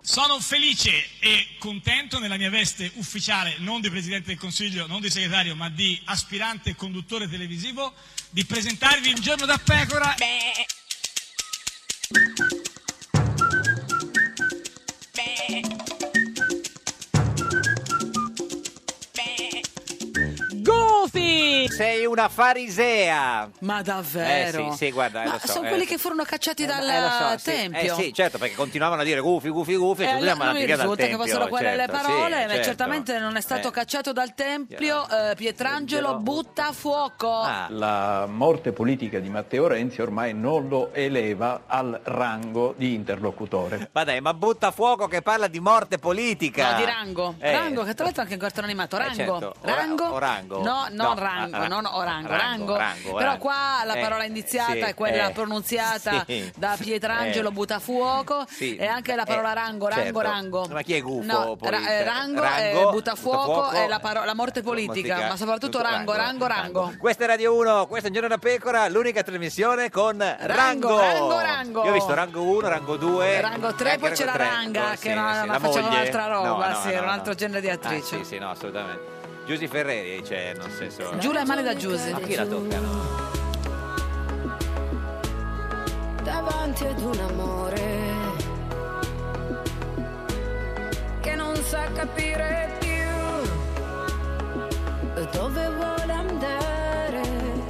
Sono felice e contento nella mia veste ufficiale, non di Presidente del Consiglio, non di segretario, ma di aspirante conduttore televisivo, di presentarvi Un giorno da pecora. Goofy! Sei una farisea. Ma davvero? Sì, guarda, Ma lo so. sono quelli che furono cacciati dal lo so, tempio. Sì, certo, perché continuavano a dire gufi, gufi, gufi, e Allora, tutti mi risulta che fossero quelle le parole, ma certo. certamente non è stato cacciato dal tempio. Pietrangelo butta fuoco. La morte politica di Matteo Renzi ormai non lo eleva al rango di interlocutore. Ma dai, ma butta fuoco che parla di morte politica. No, di Rango. Rango, che tra l'altro è anche in cartone animato. Rango. Certo. Rango. Orango. No, non Rango, non Orango. Rango. Però qua la parola indiziata sì, è quella pronunziata sì. da Pietrangelo Buttafuoco, sì. e anche la parola Rango, certo. Rango. Ma chi è gufo? No, Rango, Buttafuoco è la morte politica, ma soprattutto Rango. Questa è Radio 1, questo è Un giorno da pecora, l'unica trasmissione con Rango. Rango. Io ho visto Rango 1, Rango 2, Rango 3, poi c'era Ranga, che non faceva un'altra roba, era un altro genere di attrice. Sì, no, assolutamente. Giusy Ferreri c'è, nel senso. Giulia è male da Giusy. Ma chi la toccano? Davanti ad un amore che non sa capire più dove vuole andare.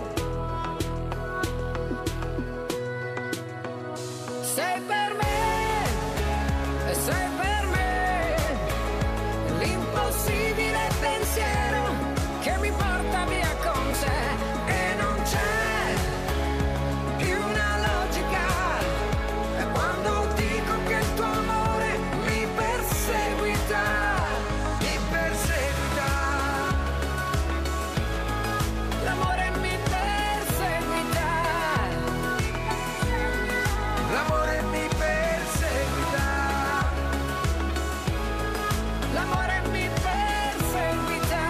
Sei per me, sei per me, l'impossibile pensiero che mi porta via con te, e non c'è più una logica quando dico che il tuo amore mi perseguita, l'amore mi perseguita, l'amore mi perseguita, l'amore mi perseguita,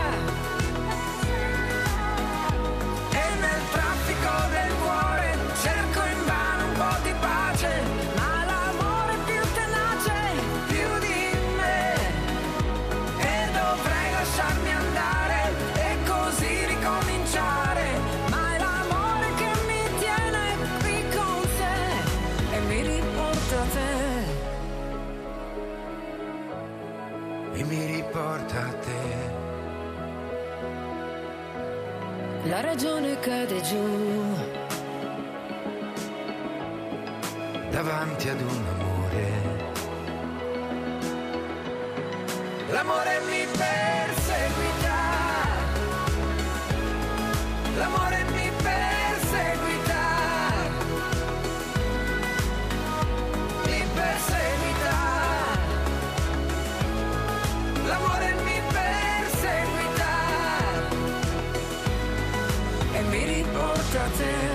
e nel traffico del cuore cerco invano un po' di pace, ma l'amore è più tenace, più di me, e dovrei lasciarmi andare e così ricominciare, ma è l'amore che mi tiene qui con te e mi riporta a te, e mi riporta a te. La ragione cade giù davanti ad un amore, l'amore mi perseguita, l'amore mi perseguita, mi perseguita, l'amore mi perseguita e mi riporta a te.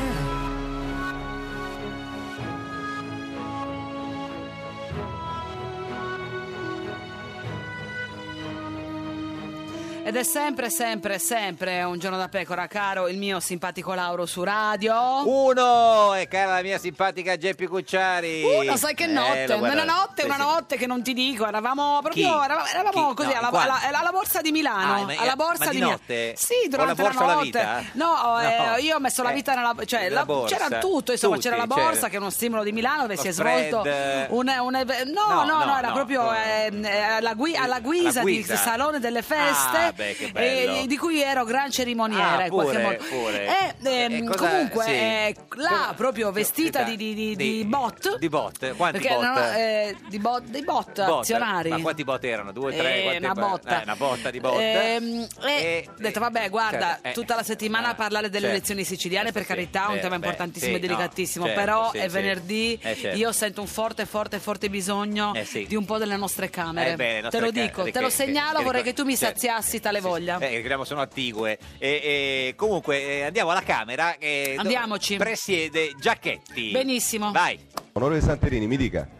Ed è sempre Un giorno da pecora, caro il mio simpatico Lauro su radio. Uno, e cara la mia simpatica Geppi Cucciari. Sai che notte, una notte che non ti dico, eravamo proprio, eravamo così, No, alla borsa di Milano, alla borsa di Milano. notte? Sì, durante Con la borsa la alla notte. vita? No, io ho messo la vita nella, cioè la borsa. c'era tutto, insomma, Tutti, c'era la borsa c'era. che è uno stimolo di Milano dove Lo si è spread. svolto no, era proprio alla guisa di Salone delle Feste. Ah, beh, che bello. Di cui ero gran cerimoniera in qualche modo. Pure. Comunque là proprio vestita di bot. Di bot? Quanti Perché bot? dei bot azionari. Ma quanti bot erano? 2, 3? Una botta. Una botta di bot. Ho detto vabbè, guarda, tutta la settimana a parlare delle certo. elezioni siciliane, per carità, un tema importantissimo e delicatissimo, certo, però sì, è sì. venerdì, Certo. io sento un forte bisogno di un po' delle nostre camere. Bene, te lo dico, te lo segnalo, vorrei che tu mi saziassi tale voglia. Ricordiamo, sono attigue. Comunque andiamo alla Camera. Andiamoci. Presiede Giacchetti. Benissimo. Vai. Onorevole Santerini, mi dica.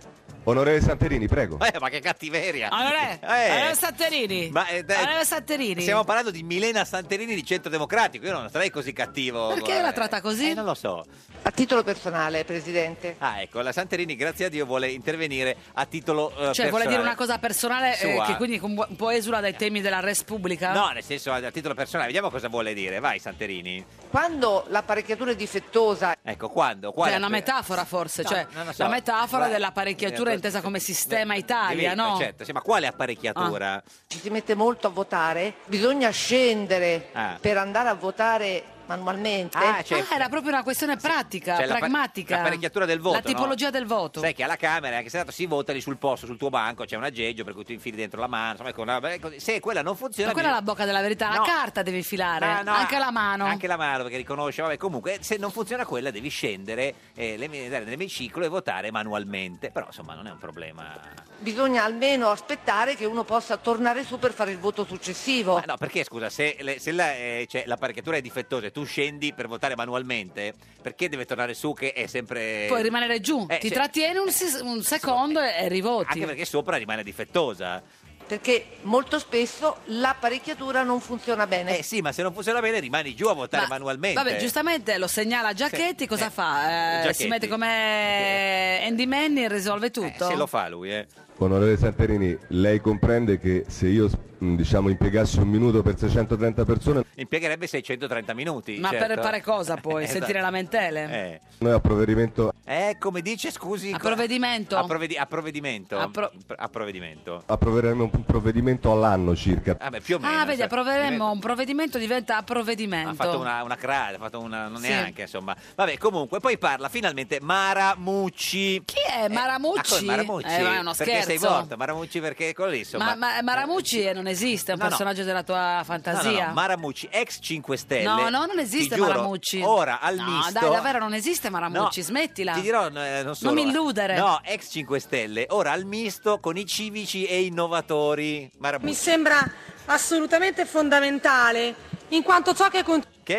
Onorevole Santerini, prego. Ma che cattiveria! Onorevole Santerini. Onorevole Santerini. Stiamo parlando di Milena Santerini di Centro Democratico. Io non sarei così cattivo. Perché la tratta così? Non lo so. A titolo personale, Presidente. Ecco, la Santerini, grazie a Dio, vuole intervenire a titolo personale. Vuole dire una cosa personale che quindi un po' esula dai temi della res pubblica? No, nel senso a titolo personale. Vediamo cosa vuole dire. Vai, Santerini. Quando l'apparecchiatura è difettosa... Ecco, quando? Quale? È una metafora forse, No, non lo so. la metafora dell'apparecchiatura intesa come sistema Italia, no? Certo, sì, ma quale apparecchiatura? Ci si mette molto a votare, bisogna scendere per andare a votare manualmente. Era proprio una questione pratica, cioè pragmatica. L'apparecchiatura del voto, la tipologia del voto. Sai che alla Camera, anche Senato, si vota lì sul posto, sul tuo banco, c'è un aggeggio per cui tu infili dentro la mano, insomma, se quella non funziona... Ma quella è la bocca della verità, la carta devi infilare, anche la mano. Anche la mano, perché riconosce, comunque se non funziona quella devi scendere nell'emiciclo e votare manualmente, però insomma non è un problema. Bisogna almeno aspettare che uno possa tornare su per fare il voto successivo. No, perché scusa, se l'apparecchiatura è difettosa e tu scendi per votare manualmente, perché deve tornare su che è sempre... Puoi rimanere giù, ti trattieni un secondo e rivoti. Anche perché sopra rimane difettosa. Perché molto spesso l'apparecchiatura non funziona bene. Sì, ma se non funziona bene rimani giù a votare manualmente. Vabbè, giustamente lo segnala Giacchetti, cosa fa? Giacchetti. Si mette come Andy Manning e risolve tutto? Se lo fa lui, Onorevole Santerini, lei comprende che se io impiegassi un minuto per 630 persone... Impiegherebbe 630 minuti. Ma certo. per fare cosa poi? Esatto. Sentire lamentele? Noi a provvedimento... come dice, scusi? A provvedimento? A provvedimento. A provvedimento. Approveremo un provvedimento all'anno circa. Più o meno. Vedi, approveremo un provvedimento, diventa a provvedimento. Ha fatto una crasi, ha fatto non neanche, insomma. Vabbè, comunque, poi parla finalmente Maramucci. Chi è Maramucci? Maramucci? È uno scherzo. Perché sei morto? Maramucci perché quello lì, insomma. Ma Maramucci non esiste, è un personaggio della tua fantasia. No, Maramucci, ex 5 Stelle. No, non esiste, ti giuro, Maramucci. Ora al no, misto... dai, davvero non esiste Maramucci, smettila. Ti dirò, non solo. Non mi illudere. No, ex 5 Stelle, ora al misto con i civici e innovatori. Maramucci. Mi sembra assolutamente fondamentale, in quanto ciò che...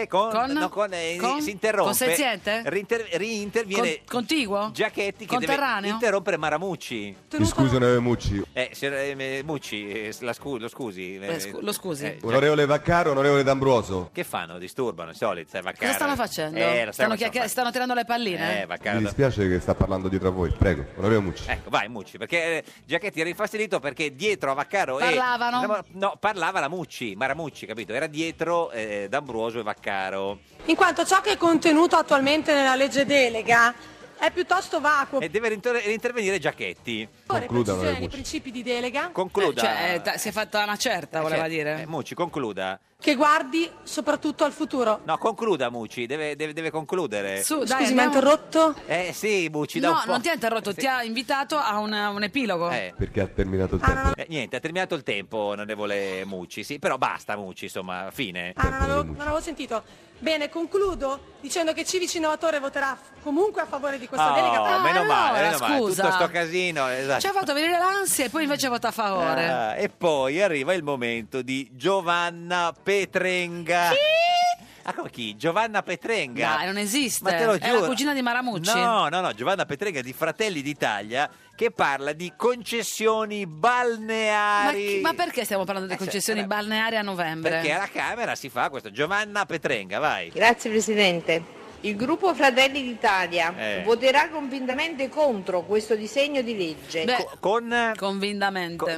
si interrompe. Consenziente? Riinterviene contiguo? Giacchetti che Conterraneo? deve interrompere Maramucci. Mi scusi, onorevole Mucci. Mucci, lo scusi. Lo scusi. Onorevole Vaccaro, onorevole D'Ambroso. Che fanno? Disturbano, il solito, Vaccaro. Cosa stanno facendo? Stanno tirando le palline? Vaccaro. Mi dispiace che sta parlando dietro a voi. Prego, onorevole Mucci. Ecco, vai Mucci, perché Giacchetti era infastidito perché dietro a Vaccaro parlavano? No, parlava la Mucci, Maramucci, capito? Era dietro D'Ambroso e Vaccaro. In quanto ciò che è contenuto attualmente nella legge delega è piuttosto vacuo. E deve intervenire Giacchetti. Concluda, I principi di delega Concluda. Si è fatta una certa, voleva dire. Mucci, concluda. che guardi soprattutto al futuro. No, concluda Mucci, deve concludere. Scusi, mi ha interrotto? Sì, Mucci, no, non ti ha interrotto, ti ha invitato a un epilogo. Perché ha terminato il tempo. Niente, ha terminato il tempo, onorevole Mucci, sì, però basta Mucci, insomma, fine. Non avevo sentito. Bene, concludo dicendo che Civici Innovatore voterà comunque a favore di questa delega. Meno male, scusa. tutto sto casino. Esatto. Ci ha fatto venire l'ansia e poi invece vota a favore. E poi arriva il momento di Giovanna Petrenga. Come chi? Giovanna Petrenga. No, non esiste. Ma te lo giuro. È la cugina di Maramucci. No, Giovanna Petrenga di Fratelli d'Italia che parla di concessioni balneari. Ma perché stiamo parlando di concessioni balneari a novembre? Perché alla Camera si fa questo. Giovanna Petrenga, vai. Grazie Presidente. Il gruppo Fratelli d'Italia voterà convintamente contro questo disegno di legge. Convintamente.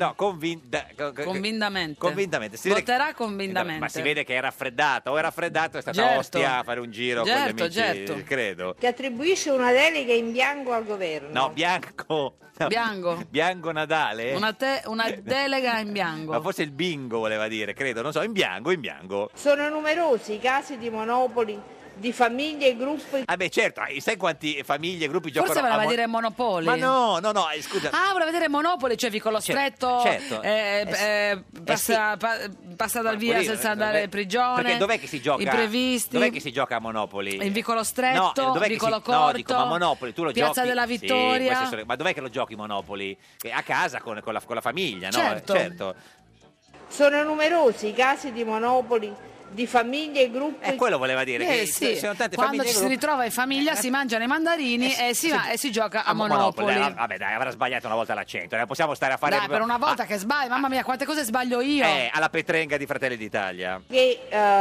Convintamente. Voterà convintamente. Ma si vede che è raffreddato. O è raffreddato, è stata Ostia a fare un giro con gli amici, credo. Che attribuisce una delega in bianco al governo. No, bianco. Bianco Nadale? Una delega in bianco. Ma forse il bingo voleva dire, credo, non so, in bianco. Sono numerosi i casi di monopoli di famiglie e gruppi. Certo, sai quanti famiglie e gruppi giocano? Forse voleva dire monopoli. Ma no, scusa. Voleva dire monopoli, cioè vicolo stretto, certo. passa dal via senza andare in prigione. Perché dov'è che si gioca? Imprevisti. Dov'è che si gioca a Monopoli? In vicolo stretto, vicolo corto. No, dico, ma Monopoli tu lo Piazza giochi. della Vittoria. Sì, ma dov'è che lo giochi Monopoli? A casa con la famiglia, no? Certo. Sono numerosi i casi di monopoli di famiglie e gruppi. Quello voleva dire. Che sì. ci sono tante Quando famiglie ci e si gruppi. ritrova in famiglia si mangiano i mandarini e si gioca a Monopoli. Vabbè, dai, avrà sbagliato una volta l'accento. Possiamo stare a fare. Dai, per una volta che sbagli, mamma mia, quante cose sbaglio io. Alla Petrenga di Fratelli d'Italia. Che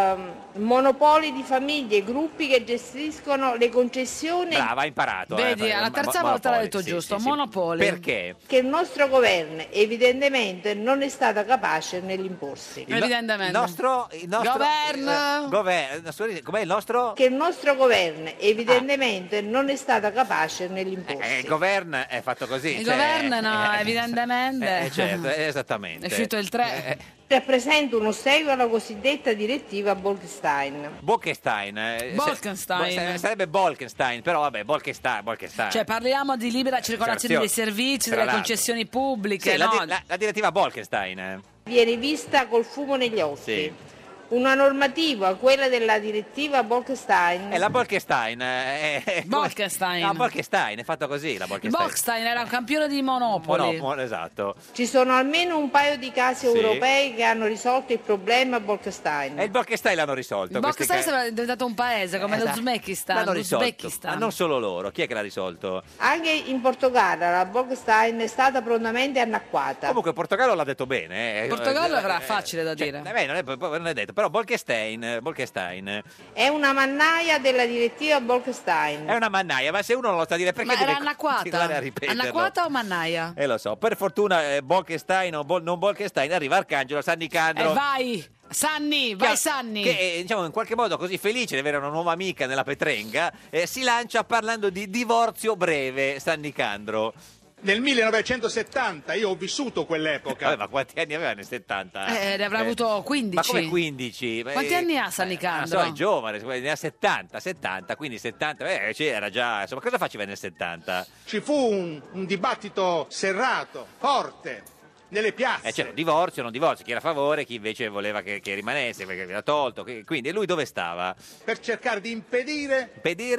monopoli di famiglie e gruppi che gestiscono le concessioni. Brava, hai imparato. Vedi, alla terza volta l'ha detto giusto, Monopoli. Perché? Che il nostro governo evidentemente non è stato capace nell'imporsi. Evidentemente. Il nostro Governo. Com'è il nostro? Che il nostro governo evidentemente non è stato capace nell'imporsi. Il governo è fatto così. Il governo no, evidentemente. Certo, esattamente. È uscito il 3. Rappresenta uno seguito alla cosiddetta direttiva Bolkestein. Bolkestein. Sarebbe Bolkestein, però vabbè, Bolkestein. Cioè parliamo di libera circolazione dei servizi, delle concessioni pubbliche. Sì, no? la direttiva Bolkestein. Viene vista col fumo negli occhi. Sì. Una normativa, quella della direttiva Bolkestein. La Bolkestein. Bolkestein. No, Bolkestein, è fatto così la Bolkestein. Bolkestein era un campione di Monopoli. Esatto. Ci sono almeno un paio di casi europei che hanno risolto il problema Bolkestein. E il Bolkestein l'hanno risolto. Il Bolkestein è diventato un paese come l'Uzbekistan. L'hanno risolto. Ma non solo loro. Chi è che l'ha risolto? Anche in Portogallo la Bolkestein è stata prontamente annacquata. Comunque il Portogallo l'ha detto bene. Il Portogallo era facile da dire. Non è detto. Però Bolkestein è una mannaia della direttiva Bolkestein. È una mannaia, ma se uno non lo sa dire perché ma deve era anacquata? A ripeterlo? Anacquata o mannaia? Lo so, per fortuna Bolkestein o non Bolkestein arriva Arcangelo, San Nicandro. Vai! Sanni, vai Sanni! Che diciamo in qualche modo così felice di avere una nuova amica nella Petrenga, si lancia parlando di divorzio breve, San Nicandro. Nel 1970 io ho vissuto quell'epoca. Ma quanti anni aveva nel 70? Ne avrà avuto 15. Ma come 15? Quanti anni ha San Nicandro? Non so, è giovane, ne ha 70, quindi 70, era già, insomma, cosa faceva nel 70? Ci fu un dibattito serrato, forte, nelle piazze. C'era divorzio, non divorzio, chi era a favore, chi invece voleva che rimanesse, perché l'ha tolto, quindi lui dove stava? Per cercare di impedire...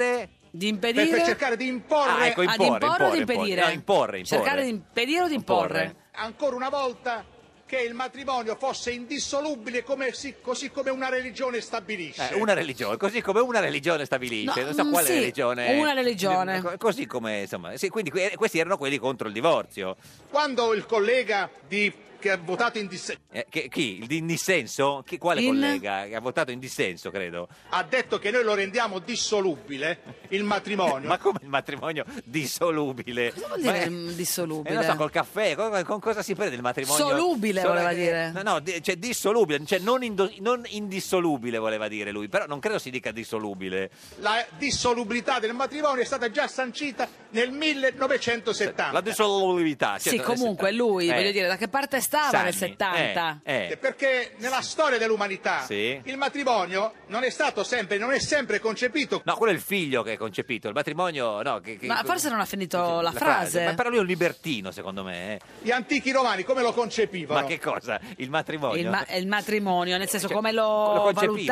Di impedire? Per cercare di imporre... imporre o di impedire? No, imporre. Cercare di impedire o di imporre? Ancora una volta che il matrimonio fosse indissolubile così come una religione stabilisce. Una religione, così come una religione stabilisce. Non so quale religione. Una religione. Così come, insomma, quindi questi erano quelli contro il divorzio. Quando il collega che ha votato in dissenso. Chi? Il in dissenso? Quale collega? Che ha votato in dissenso, credo. Ha detto che noi lo rendiamo dissolubile, il matrimonio. Ma come il matrimonio dissolubile? Cosa vuol dire dissolubile? Non so, col caffè, con cosa si prende il matrimonio? Solubile voleva dire. No, cioè dissolubile, cioè non indissolubile voleva dire lui, però non credo si dica dissolubile. La dissolubilità del matrimonio è stata già sancita nel 1970. La dissolubilità. Sì, comunque lui, voglio dire, da che parte stava nel 70? Perché nella storia dell'umanità il matrimonio non è sempre concepito. No, quello è il figlio che è concepito, il matrimonio no. Ma forse non ha finito la frase. Ma però lui è un libertino, secondo me. Gli antichi romani come lo concepivano? Ma che cosa? Il matrimonio? Il matrimonio, nel senso come lo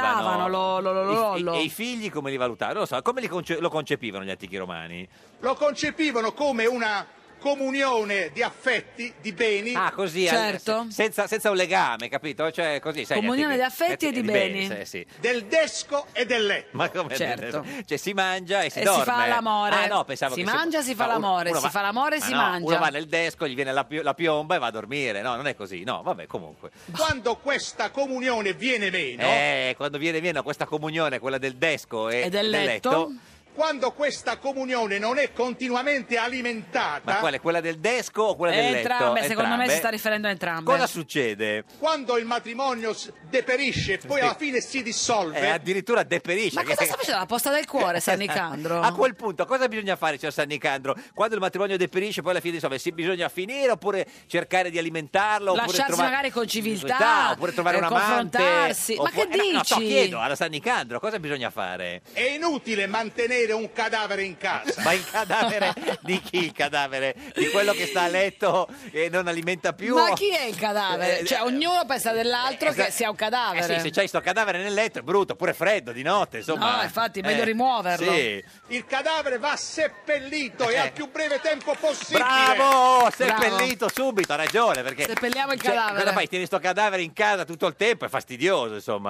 valutavano? E i figli come li valutavano? Non lo so, come lo concepivano gli antichi romani? Lo concepivano come una comunione di affetti, di beni. Ah, così, certo. senza un legame, capito? Cioè, così, sai, comunione di affetti e di beni. Sì. Del desco e del letto. Ma come? Certo. Cioè si mangia e si dorme. Si fa l'amore. Ah, no, pensavo si che mangia, si fa l'amore. Si fa l'amore e si mangia. Uno va nel desco, gli viene la piomba e va a dormire. No, non è così. No, vabbè, comunque. Quando questa comunione viene meno. Quando viene meno questa comunione, quella del desco e del letto. Quando questa comunione non è continuamente alimentata. Ma quale? Quella del desco o quella del letto? Entrambe, secondo me si sta riferendo a entrambe. Cosa succede? Quando il matrimonio deperisce e poi alla fine si dissolve. Addirittura deperisce. Ma cosa sta facendo? La posta del cuore, San Nicandro? A quel punto cosa bisogna fare, signor San Nicandro? Quando il matrimonio deperisce poi alla fine dissolve, bisogna finire oppure cercare di alimentarlo? Lasciarsi magari con civiltà, oppure trovare un amante? Confrontarsi. Ma che dici? No, chiedo alla San Nicandro, cosa bisogna fare? È inutile mantenere un cadavere in casa. Ma il cadavere di chi? Il cadavere di quello che sta a letto e non alimenta più? Ma chi è il cadavere? Cioè ognuno pensa dell'altro che sia un cadavere. Sì, se c'hai sto cadavere nel letto è brutto, pure freddo di notte, insomma. No, infatti è meglio rimuoverlo. Sì. Il cadavere va seppellito e al più breve tempo possibile. Bravo! Seppellito subito, ha ragione, perché seppelliamo il cadavere. Cosa fai? Tieni sto cadavere in casa tutto il tempo, è fastidioso, insomma.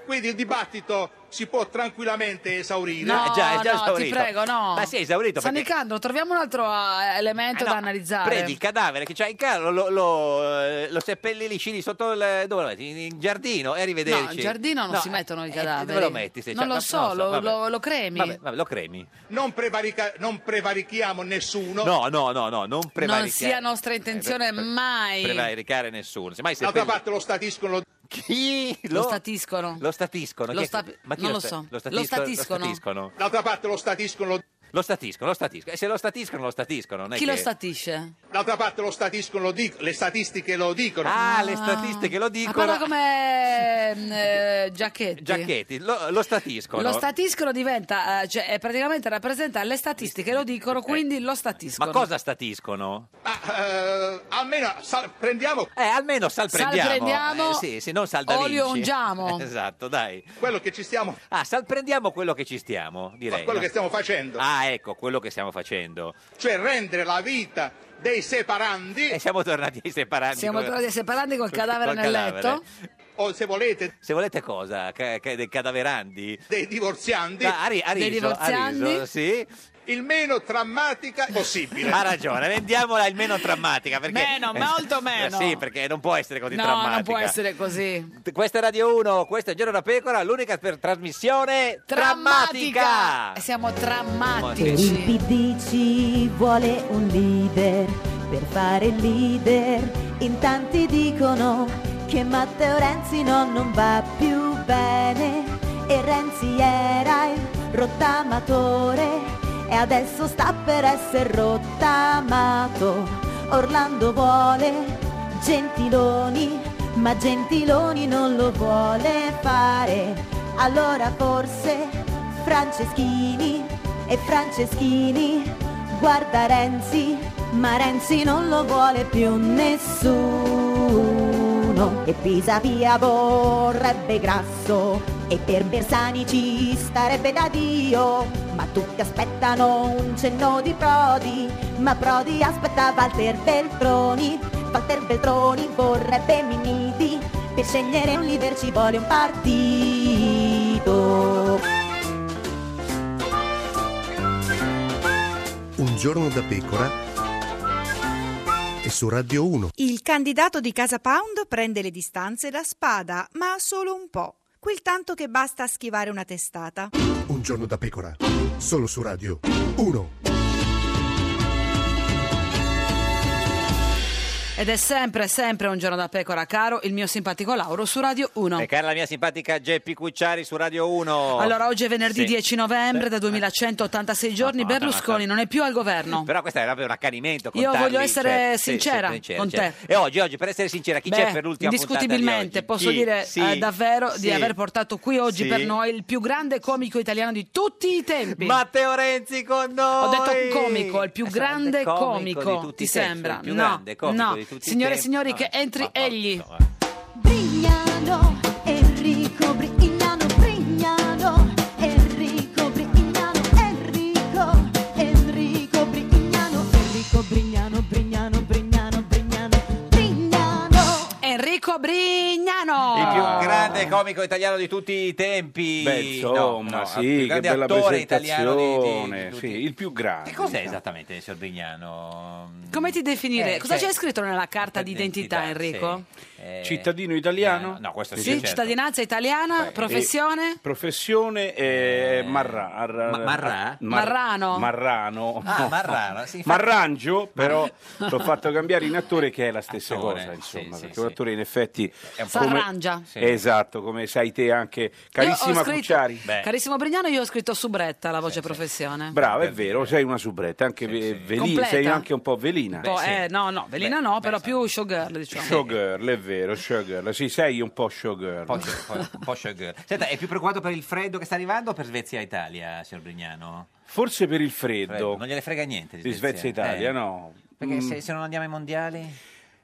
Quindi il dibattito si può tranquillamente esaurire. No, è già no, ti esaurito. prego, no. Ma si è esaurito San perché... Nicandro, troviamo un altro elemento da analizzare. Prendi il cadavere che c'hai in casa, lo seppelli lì sotto il... dove lo metti? In giardino e arrivederci. No, in giardino non si mettono i cadaveri. Dove lo metti? Non lo so, lo cremi. Vabbè, lo cremi. Non prevarichiamo nessuno. No, non prevaricare. Non sia nostra intenzione mai. Prevaricare nessuno. Semmai D'altra parte lo statiscono. Chi? Lo statiscono. Lo statiscono? Ma non lo so. Lo statiscono. D'altra parte lo statiscono. Lo statiscono. E se lo statiscono, non è Chi che... lo statisce? D'altra parte lo statiscono, le statistiche lo dicono. Le statistiche lo dicono. Ma parla come Giacchetti. Lo statiscono. Lo statiscono diventa, cioè praticamente rappresenta le statistiche, lo dicono, quindi lo statiscono. Ma cosa statiscono? Almeno prendiamo. Almeno salprendiamo. Salprendiamo. Sì, non saldavinci. Olio ungiamo. Esatto, dai. Quello che ci stiamo. Salprendiamo quello che ci stiamo, direi. Quello che stiamo facendo. Ecco, quello che stiamo facendo. Cioè rendere la vita dei separandi. E siamo tornati ai separandi. Siamo tornati ai separandi col cadavere nel letto. O se volete cosa? Dei cadaverandi? Dei divorziandi. Dei divorziandi. Sì. Il meno drammatica possibile. Ha ragione, rendiamola il meno drammatica. Perché... molto meno. Sì, perché non può essere così drammatica. No, non può essere così. Questa è Radio 1, questo è Giorno da Pecora, l'unica trasmissione drammatica. Siamo drammatici. Per il PD ci vuole un leader, per fare il leader in tanti dicono che Matteo Renzi non va più bene, e Renzi era il rottamatore e adesso sta per essere rottamato. Orlando vuole Gentiloni, ma Gentiloni non lo vuole fare. Allora forse Franceschini, e Franceschini guarda Renzi, ma Renzi non lo vuole più nessuno. E Pisapia vorrebbe Grasso, e per Bersani ci starebbe da Dio, ma tutti aspettano un cenno di Prodi, ma Prodi aspetta Walter Veltroni. Walter Veltroni vorrebbe Minniti, per scegliere un leader ci vuole un partito. Un giorno da pecora e su Radio 1. Il candidato di Casa Pound prende le distanze da spada, ma solo un po'. Quel tanto che basta schivare una testata. Un giorno da pecora, solo su Radio 1. Ed è sempre un giorno da pecora, caro il mio simpatico Lauro su Radio 1. E cara la mia simpatica Geppi Cucciari su Radio 1. Allora, oggi è venerdì 10 novembre, da 2186 giorni Berlusconi non è più al governo. Però questo è proprio un accanimento. Io voglio essere sincera con te. E oggi, per essere sincera, chi c'è per l'ultima puntata di oggi? Indiscutibilmente, posso dire davvero di aver portato qui oggi per noi il più grande comico italiano di tutti i tempi. Matteo Renzi con noi! Ho detto comico, il più grande comico, ti sembra? No. Signore e signori, che entri egli. Brignano, Enrico Brignano, Brignano, Enrico Brignano, Enrico Brignano, Enrico Brignano, Brignano, Brignano, Brignano, Brignano. Enrico Brignano! Il più grande comico italiano di tutti i tempi. Beh, insomma, sì, il che bella attore italiano presentazione. di Sì, il più grande. Che cos'è esattamente il signor Brignano? Come ti definire? Cosa c'è scritto nella carta d'identità, Enrico? Cittadino italiano? No, questo Sì, certo. cittadinanza italiana, professione? Professione Marrano. Marrano. Ah, Marrano, sì, Marrangio, però l'ho fatto cambiare in attore, che è la stessa cosa, insomma, sì, perché un attore in effetti s'arrangia. Esatto, come sai te anche, carissima Cucciari. Carissimo Brignano, io ho scritto soubretta la voce professione. Bravo, è vero, sei una soubretta, anche velina, sei anche un po' velina. No, velina no, però più showgirl, diciamo. Showgirl, è vero, showgirl. Sì, sei un po' showgirl. Un po' showgirl. Senta, è più preoccupato per il freddo che sta arrivando o per Svezia-Italia, signor Brignano? Forse per il freddo. Non gliene frega niente di Svezia-Italia, no. Perché se non andiamo ai mondiali?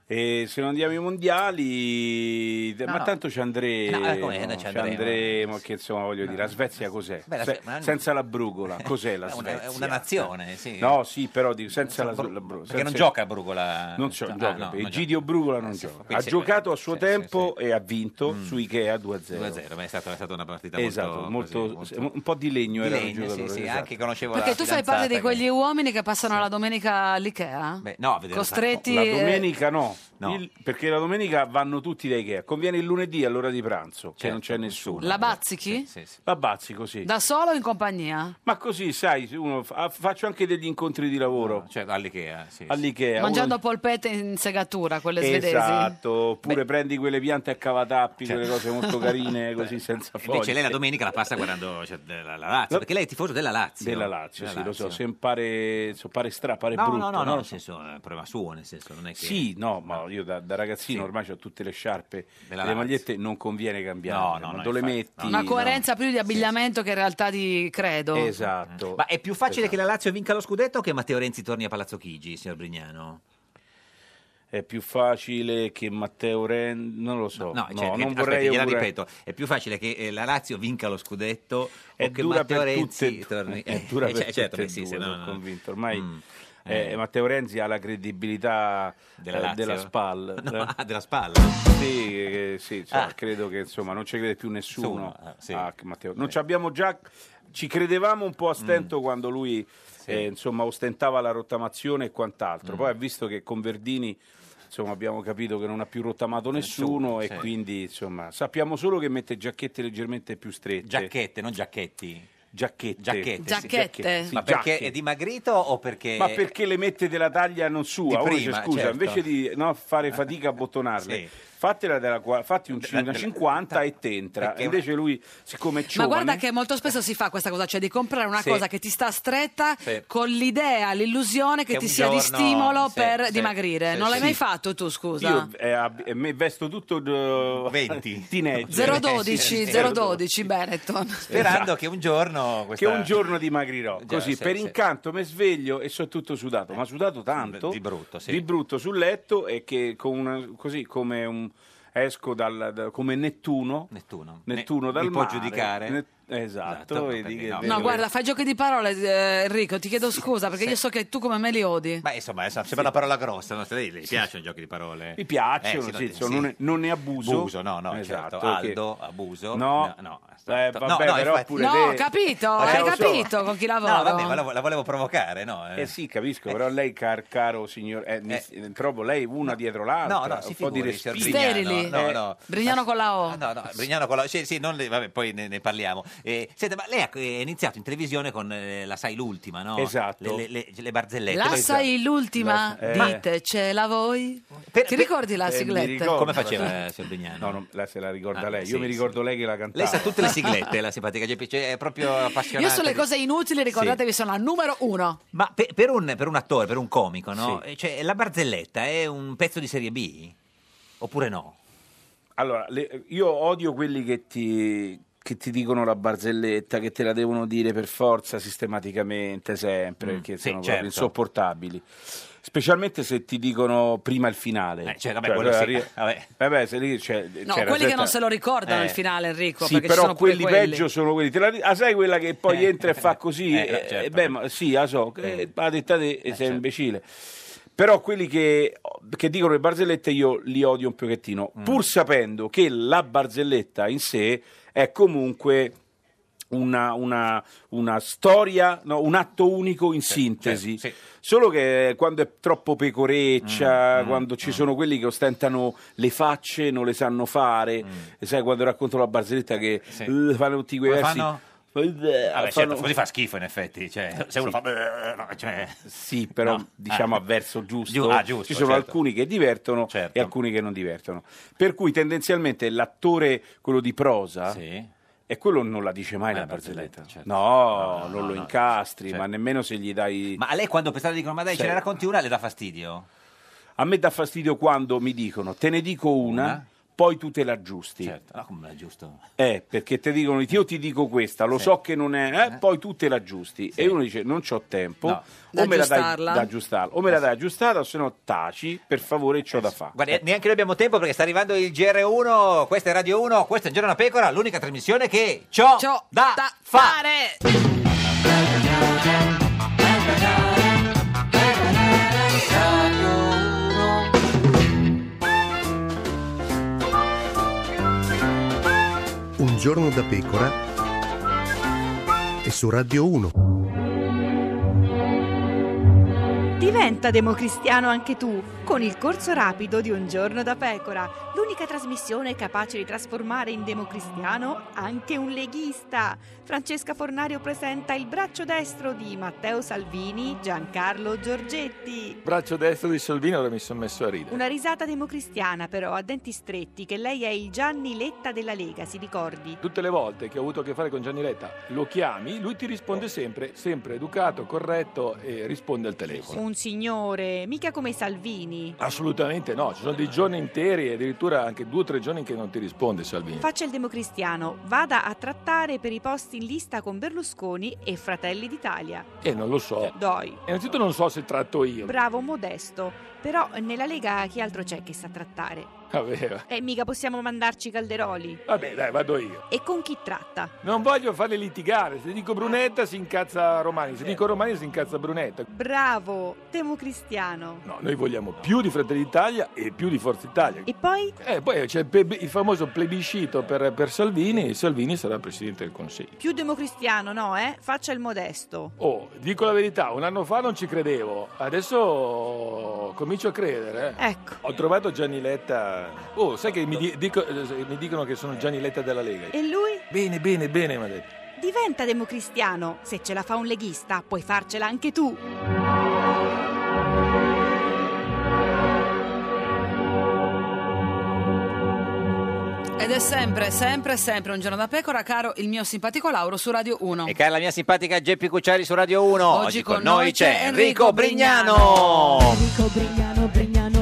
E se non andiamo ai mondiali, ma tanto ci andremo, che insomma voglio dire, la Svezia cos'è? Senza la brugola, cos'è la Svezia? È una nazione, sì. No, sì, però dico, senza la brugola. Perché non gioca a Brugola. Non gioca, Egidio Brugola non gioca. Ha giocato a suo tempo e ha vinto su Ikea 2-0. Ma è stata una partita molto, un po' di legno era il giocatore. Sì, anche conoscevo perché tu fai parte di quegli uomini che passano la domenica all'Ikea? No, costretti. La domenica no. Perché la domenica vanno tutti da Ikea. Conviene il lunedì all'ora di pranzo, che non c'è nessuno. La bazzichi? La bazzico, sì. Da solo o in compagnia? Ma così, sai, faccio anche degli incontri di lavoro. Cioè all'Ikea, sì. All'Ikea. Mangiando polpette in segatura, quelle svedesi. Esatto, oppure prendi quelle piante a cavatappi, quelle cose molto carine, così senza foglie. Invece lei la domenica la passa guardando la Lazio, perché lei è tifoso della Lazio. Della Lazio, sì, lo so. Se pare brutto. No, nel senso, è un problema suo, nel senso, non è che... Sì, no, ma io da ragazzino ormai ho tutte le sciarpe, le magliette non conviene cambiare. Quando le metti... Una coerenza più di abbigliamento che in realtà di credo. Esatto. Ma è più facile che la Lazio vinca lo scudetto o che Matteo Renzi torni a Palazzo Chigi, signor Brignano? È più facile che Matteo Renzi, non lo so. Non vorrei gliela ripeto, è più facile che la Lazio vinca lo scudetto o che Matteo Renzi torni. È dura per certo, tutte e due, sono convinto. Ormai Matteo Renzi ha la credibilità della SPAL. Della SPAL? Sì, credo che insomma non ci crede più nessuno a Matteo. Ci credevamo un po' a stento quando lui insomma ostentava la rottamazione e quant'altro. Poi ha visto che con Verdini insomma abbiamo capito che non ha più rottamato nessuno e quindi insomma sappiamo solo che mette giacchette leggermente più strette. Giacchette, non giacchetti. Giacchette. Ma perché è dimagrito o perché... Ma perché le mette della taglia non sua? Di prima, scusa, certo. invece di fare fatica a bottonarle, fatti una 50 e t'entra. Perché... Invece lui, siccome è giovane... Ma guarda che molto spesso si fa questa cosa, cioè di comprare una cosa che ti sta stretta con l'idea, l'illusione che ti sia di stimolo per dimagrire. Non l'hai mai fatto tu, scusa? Io me vesto tutto 20 teenager. 012 Benetton. Sperando che un giorno che un giorno dimagrirò così per incanto mi sveglio e sono tutto sudato, ma sudato tanto di brutto sul letto e che così come esco come Nettuno dal mi mare. può giudicare? Esatto, vedi no, guarda, fai giochi di parole, Enrico, ti chiedo scusa perché io so che tu come me li odi. Beh, insomma, sembra una parola grossa, no? Le piacciono i giochi di parole? Mi piacciono, non ne abuso. Certo. Aldo, abuso? No. Però infatti... pure ho capito, hai capito con chi lavoro. No, vabbè, ma la volevo provocare, no? Sì, capisco, però lei, caro signor, trovo lei una dietro l'altra, un po' di respiro. Sterili. Brignano con la O. No, Brignano con la O. Sì, vabbè, poi ne parliamo. Senta, ma lei ha iniziato in televisione con la Sai l'ultima, no? Esatto. Le barzellette. La Sai l'ultima? Ditecela voi. Ti ricordi la sigletta? Come faceva, signor Brignano? No, lei se la ricorda lei. Io mi ricordo lei che la cantava. Lei sa tutte le siglette, la simpatica è proprio appassionata. Io sulle cose inutili, ricordatevi, sono al numero 1. Ma per un attore, per un comico, no? Cioè, la barzelletta è un pezzo di serie B? Oppure no? Allora, io odio quelli che ti dicono la barzelletta, che te la devono dire per forza sistematicamente, sempre, perché sono proprio insopportabili. Specialmente se ti dicono prima il finale. quelli che non se lo ricordano il finale, Enrico. Sì, però quelli peggio sono quelli. Sai quella che poi entra e fa così? So, la detta te sei imbecille. Però quelli che dicono le barzellette io li odio un pochettino, pur sapendo che la barzelletta in sé è comunque una storia, un atto unico in sintesi. Solo che quando è troppo pecoreccia, quando ci sono quelli che ostentano le facce, non le sanno fare, sai, quando raccontano la barzelletta che fanno tutti quei versi. Certo, così fa schifo in effetti, cioè, se uno fa sì, però diciamo a verso giusto, giusto, ci sono alcuni che divertono e alcuni che non divertono, per cui tendenzialmente l'attore, quello di prosa, e quello non la dice mai la barzelletta, non lo incastri, ma nemmeno se gli dai. Ma a lei quando per strada dicono ma dai ce ne racconti una, le dà fastidio? A me dà fastidio quando mi dicono te ne dico una. poi tu te l'aggiusti. Certo, no, come giusto. Perché ti dicono, io ti dico questa, lo so che non è, poi tu te l'aggiusti. E uno dice, non c'ho tempo, o me la dai da aggiustarla, o me la dai aggiustata, o se no taci, per favore, c'ho da fare. Guarda, neanche noi abbiamo tempo perché sta arrivando il GR1, questa è Radio 1, questo è Un Giorno da Pecora, l'unica trasmissione che c'ho da fare. Un giorno da pecora e su Radio 1. Diventa democristiano anche tu con il corso rapido di Un giorno da pecora, l'unica trasmissione capace di trasformare in democristiano anche un leghista. Francesca Fornario presenta il braccio destro di Matteo Salvini, Giancarlo Giorgetti. Braccio destro di Salvini, ora mi sono messo a ridere. Una risata democristiana però a denti stretti, che lei è il Gianni Letta della Lega, si ricordi? Tutte le volte che ho avuto a che fare con Gianni Letta lo chiami, lui ti risponde sempre educato, corretto e risponde al telefono. Un signore, mica come Salvini. Assolutamente no, ci sono dei giorni interi e addirittura anche 2 o 3 giorni che non ti risponde Salvini. Faccia il democristiano, vada a trattare per i posti in lista con Berlusconi e Fratelli d'Italia. Non lo so. Dai. Innanzitutto non so se tratto io. Bravo, modesto. Però nella Lega chi altro c'è che sa trattare? Aveva. Mica possiamo mandarci Calderoli. Vabbè, dai, vado io. E con chi tratta? Non voglio farle litigare. Se dico Brunetta si incazza Romani. Se dico Romani si incazza Brunetta. Bravo, democristiano. No, noi vogliamo più di Fratelli d'Italia e più di Forza Italia. E poi? Poi c'è il famoso plebiscito per Salvini, e Salvini sarà Presidente del Consiglio. Più democristiano, no, Faccia il modesto. Dico la verità, un anno fa non ci credevo. Adesso comincio a credere. Ecco. Ho trovato Gianni Letta. Sai che mi dicono che sono Gianni Letta della Lega. E lui? Bene, mi ha detto. Diventa democristiano. Se ce la fa un leghista, puoi farcela anche tu. Ed è sempre Un Giorno da Pecora, caro il mio simpatico Lauro su Radio 1. E cara la mia simpatica Geppi Cucciari su Radio 1. Oggi con noi c'è Enrico Brignano. Enrico Brignano.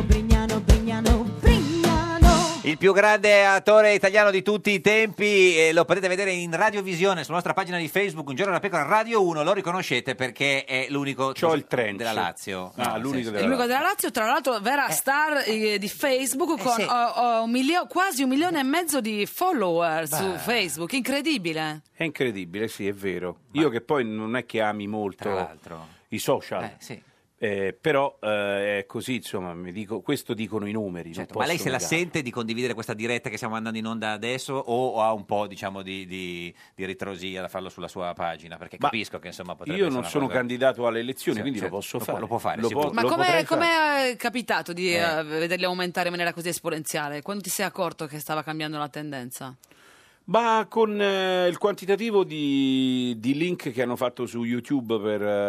Il più grande attore italiano di tutti i tempi, lo potete vedere in radiovisione sulla nostra pagina di Facebook, Un Giorno da Pecora Radio 1, lo riconoscete perché è l'unico della Lazio. L'unico della Lazio, tra l'altro vera star di Facebook con quasi 1,5 milioni di follower su Facebook, incredibile. È incredibile, sì, è vero. Io che poi non è che ami molto i social. Però è così, insomma, questo dicono i numeri. Certo, ma lei se la sente di condividere questa diretta che stiamo andando in onda adesso o ha un po', diciamo, di ritrosia da farlo sulla sua pagina? Perché capisco che insomma potrebbe io non sono candidato alle elezioni, quindi lo posso fare. Lo può fare, ma come è capitato di vederli aumentare in maniera così esponenziale? Quando ti sei accorto che stava cambiando la tendenza? Ma con il quantitativo di link che hanno fatto su YouTube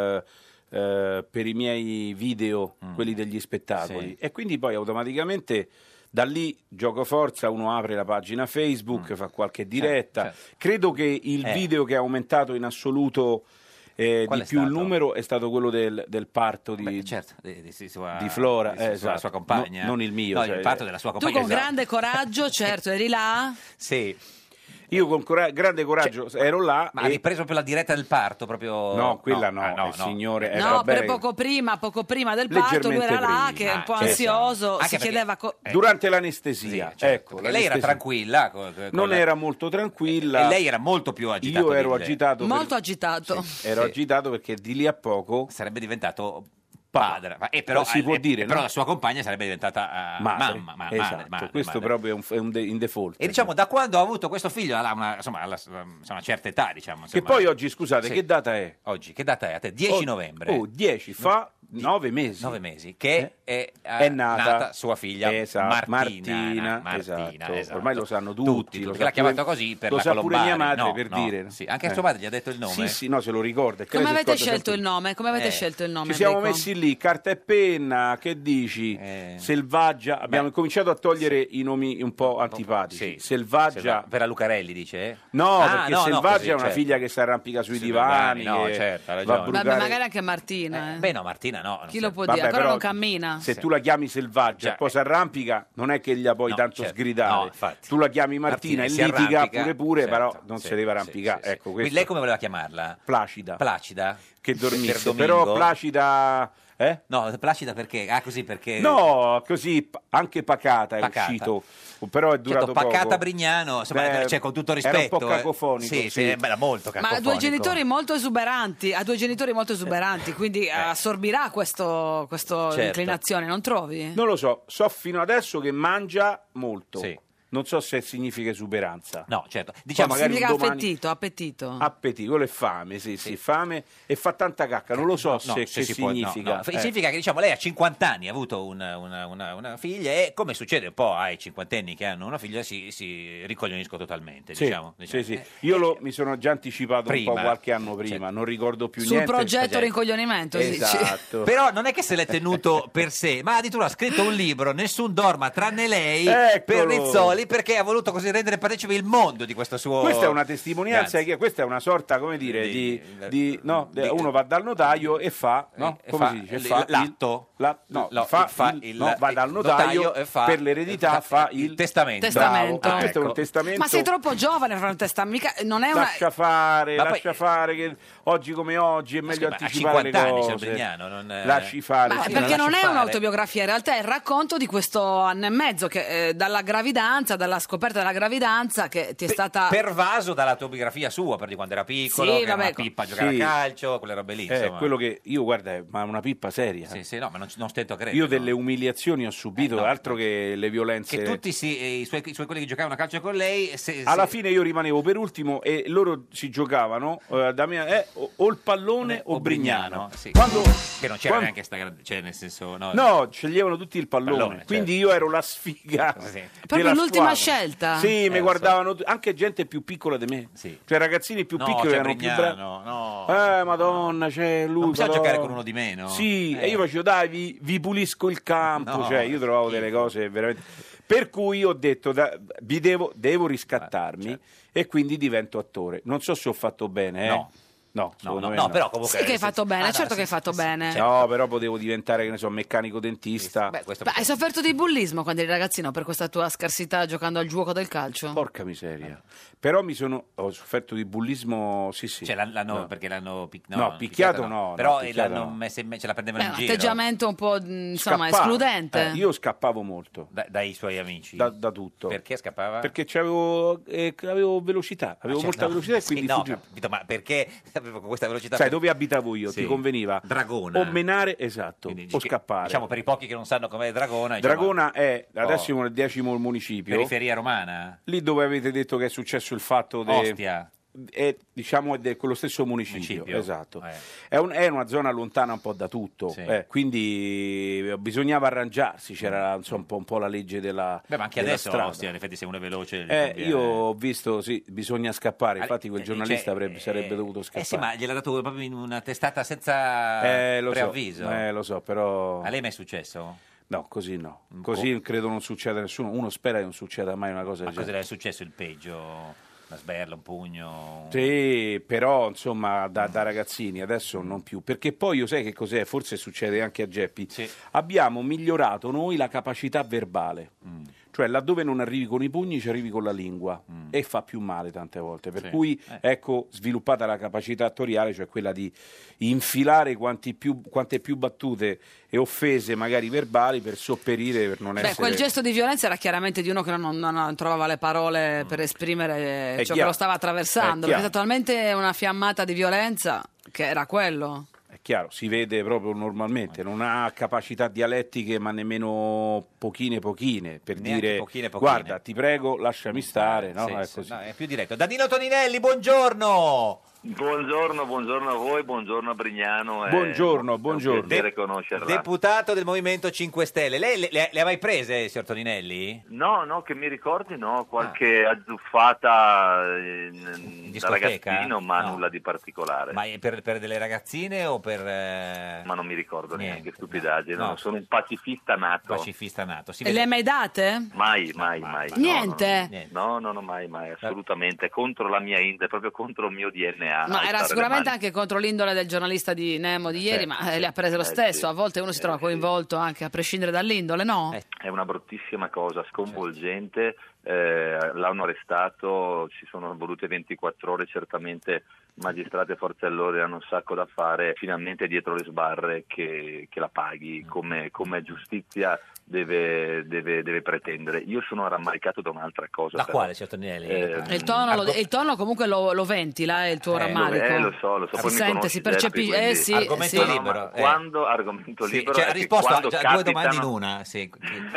per i miei video, quelli degli spettacoli, e quindi poi automaticamente da lì gioco forza, uno apre la pagina Facebook, fa qualche diretta. Credo che il video che ha aumentato in assoluto di più il numero è stato quello del parto di Flora, la sua compagna, non il mio, il parto della sua compagna. Tu con grande coraggio, certo, eri là? Sì. Io con grande coraggio ero là. Ma ha ripreso per la diretta del parto proprio? No, quella no, il signore era no, per poco prima del parto lui era là che un po' ansioso, si chiedeva durante l'anestesia, ecco, lei era tranquilla non era molto tranquilla e lei era molto più agitato. Io ero agitato, molto agitato. Ero agitato perché di lì a poco sarebbe diventato padre, però si può dire, però la sua compagna sarebbe diventata mamma. Esatto, questo proprio è un in default. E diciamo, da quando ha avuto questo figlio, ha una certa età, diciamo. Che poi oggi, scusate, che data è? Oggi, che data è a te? 10 novembre. 10, fa 9 mesi. 9 mesi, che è nata sua figlia Martina. Esatto. Ormai lo sanno tutti. Perché l'ha chiamato così per la Colombare. Lo sa pure mia madre, per no. dire. Sì, anche suo padre gli ha detto il nome? Sì, no, se lo ricorda. Come avete scelto il nome? Ci siamo messi lì, carta e penna, che dici? Selvaggia. Abbiamo cominciato a togliere i nomi un po' antipatici. Selvaggia. Per Lucarelli, dice? No, perché Selvaggia è una figlia che si arrampica sui divani. No, certo, ha ragione. Magari anche Martina. Beh, no, Martina cammina, no. Chi lo può dire? Vabbè, Ancora non cammina. Se tu la chiami selvaggia e poi si arrampica, non è che gli puoi tanto sgridare. No, infatti. Tu la chiami Martina e si litiga arrampica, pure, certo, però non si deve arrampicare. sì. Ecco, Quindi questo. lei come voleva chiamarla? Placida. Placida? Che dormisse, Per Domingo? però Placida... No, Placida perché? Ah, così perché... No, così anche pacata è Pacata. uscito, però è durato Certo, Pacata poco. Brignano, insomma, Beh, cioè, con tutto il era rispetto. un po' cacofonico, Sì, sì. era molto Ma cacofonico. ha due genitori molto esuberanti, quindi assorbirà questa Certo. inclinazione, non trovi? Non lo so fino adesso che mangia molto. Sì. Non so se significa esuberanza. No, certo. Diciamo, Poi magari Significa un domani- appetito. Appetito, quello è fame, sì, fame e fa tanta cacca. Non lo so No, se se che si può- no, significa. no. Significa che diciamo lei ha 50 anni, ha avuto una figlia e come succede un po' ai cinquantenni che hanno una figlia si ricoglioniscono totalmente, Sì, diciamo. sì. Io mi sono già anticipato Prima. un po' qualche anno prima, non ricordo più Sul niente. progetto rincoglionimento, dici? Esatto. Però non è che se l'è tenuto per sé, ma addirittura ha scritto un libro, Nessun dorma tranne lei, Eccolo. per Rizzoli, perché ha voluto così rendere partecipe il mondo di questo suo... Questa è una testimonianza, che questa è una sorta, come dire, uno va dal notaio e fa, no? e Come fa si dice? l'atto. Va dal notaio e fa per l'eredità fa il testamento. Testamento. Bravo. Questo è un Ecco. testamento. Ma sei troppo giovane per fare un testamento, non è una... Lascia fare, Ma poi- lascia fare, che oggi come oggi è meglio Ma a anticipare 50 le anni, cose. signor Brignano, non- Lasci fare. Ma sì. perché non lasci è fare. un'autobiografia, in realtà è il racconto di questo anno e mezzo che dalla gravidanza, dalla scoperta della gravidanza che ti è stata... Pervaso dalla tua biografia sua, per di quando era piccolo, Sì, che era vabbè, una pippa a giocare sì. a calcio, quelle robe lì, insomma. Quello che io guarda, ma è una pippa seria. Sì, no, ma non stento a credere. Io delle umiliazioni ho subito, no, altro che le violenze. Che tutti i suoi quelli che giocavano a calcio con lei... Alla fine io rimanevo per ultimo e loro si giocavano o il pallone o Brignano. sì. Quando- Che non c'era quando- neanche cioè nel senso... No, sceglievano tutti il pallone, Pallone, quindi certo. io ero la sfiga. Proprio della l'ultima squadra. scelta? Sì, mi lo guardavano anche gente più piccola di me. Cioè ragazzini più No, piccoli c'è erano più Brignano, bravi. Madonna, c'è lui. Non bisogna Madonna. giocare con uno di meno? Sì, e io facevo, dai, vi pulisco il campo. No, cioè, io trovavo delle cose veramente... Per cui ho detto, devo riscattarmi e quindi divento attore. Non so se ho fatto bene, No, secondo me no. però comunque... Sì che hai fatto bene, certo che hai fatto bene. No, però potevo diventare, che ne so, meccanico dentista. Ma hai sofferto di bullismo quando eri ragazzino per questa tua scarsità giocando al gioco del calcio? Porca miseria. Però ho sofferto di bullismo, sì. Cioè perché l'hanno picchiato no. Però picchiato l'hanno no. messa in ce la prendevano Beh, in un giro. atteggiamento un po' insomma Scappavo. escludente. Io scappavo molto. Dai suoi amici? Da tutto. Perché scappava? Perché avevo velocità, avevo molta velocità e quindi fuggivo. Capito, ma perché avevo questa velocità? Sai, dove abitavo io? Sì. Ti conveniva? Dragona. O menare, esatto, o scappare. Diciamo per i pochi che non sanno com'è Dragona. Diciamo, Dragona è, adesso siamo nel 10° municipio. periferia romana? Lì dove avete detto che è successo il fatto Ostia. è quello stesso municipio. Esatto. È una zona lontana un po' da tutto, quindi bisognava arrangiarsi, c'era insomma, un po' la legge della Beh, ma anche della adesso strada. Ostia, in effetti se uno è veloce... Io ho visto, sì, bisogna scappare, infatti quel giornalista sarebbe dovuto scappare. sì, ma gliel'ha dato proprio in una testata senza lo preavviso. Lo so, però... A lei mai è successo? No, così no. Così credo non succeda a nessuno. Uno spera che non succeda mai una cosa del Ma cosa genere. le è successo il peggio? Una sberla, un pugno? Sì, però insomma da ragazzini adesso non più, perché poi io sai che cos'è, forse succede anche a Geppi, abbiamo migliorato noi la capacità verbale, cioè laddove non arrivi con i pugni ci arrivi con la lingua e fa più male tante volte, per cui ecco sviluppata la capacità attoriale, cioè quella di infilare quante più battute e offese magari verbali per sopperire, per non essere... Quel gesto di violenza era chiaramente di uno che non trovava le parole per esprimere ciò che chiaro. lo stava attraversando, È perché è chiaro. talmente una fiammata di violenza che era quello. È chiaro, si vede proprio normalmente, non ha capacità dialettiche ma nemmeno pochine per Neanche dire pochine. guarda ti prego lasciami stare, no? Sì, È sì, così. no, è più diretto. Danilo Toninelli, buongiorno! Buongiorno a voi, buongiorno a Brignano. Buongiorno. È un piacere conoscerla. Deputato del Movimento 5 Stelle. Lei le ha mai prese, signor Toninelli? No, che mi ricordi qualche azzuffata da discoteca? ragazzino, ma No. nulla di particolare. Ma è per delle ragazzine o per... Ma non mi ricordo Niente, neanche, stupidaggine. no. No, sono un pacifista nato. Pacifista nato. Si E le hai mai date? Mai. Niente? No, mai, assolutamente. Contro la mia indole, proprio contro il mio DNA. a Ma era alzare sicuramente le mani. anche contro l'indole del giornalista di Nemo di ieri, ma le ha prese lo stesso. sì. A volte uno si trova coinvolto anche a prescindere dall'indole, no? È una bruttissima cosa, sconvolgente. L'hanno arrestato, ci sono volute 24 ore, certamente magistrati e forze dell'ordine hanno un sacco da fare, finalmente dietro le sbarre che la paghi come giustizia deve pretendere. Io sono rammaricato da un'altra cosa. Da però. quale, signor Toninelli? Il tono comunque lo ventila, il tuo rammarico. Lo so, Si poi mi sente, conosci, si percepisce. quindi- Sì, Argomento sì. libero. Quando argomento Sì, libero cioè, è ha che risposto quando a due capitano- domande in una. Sì.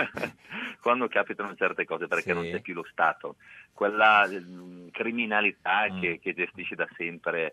quando capitano certe cose, perché Sì. non c'è più lo Stato, quella criminalità che gestisce da sempre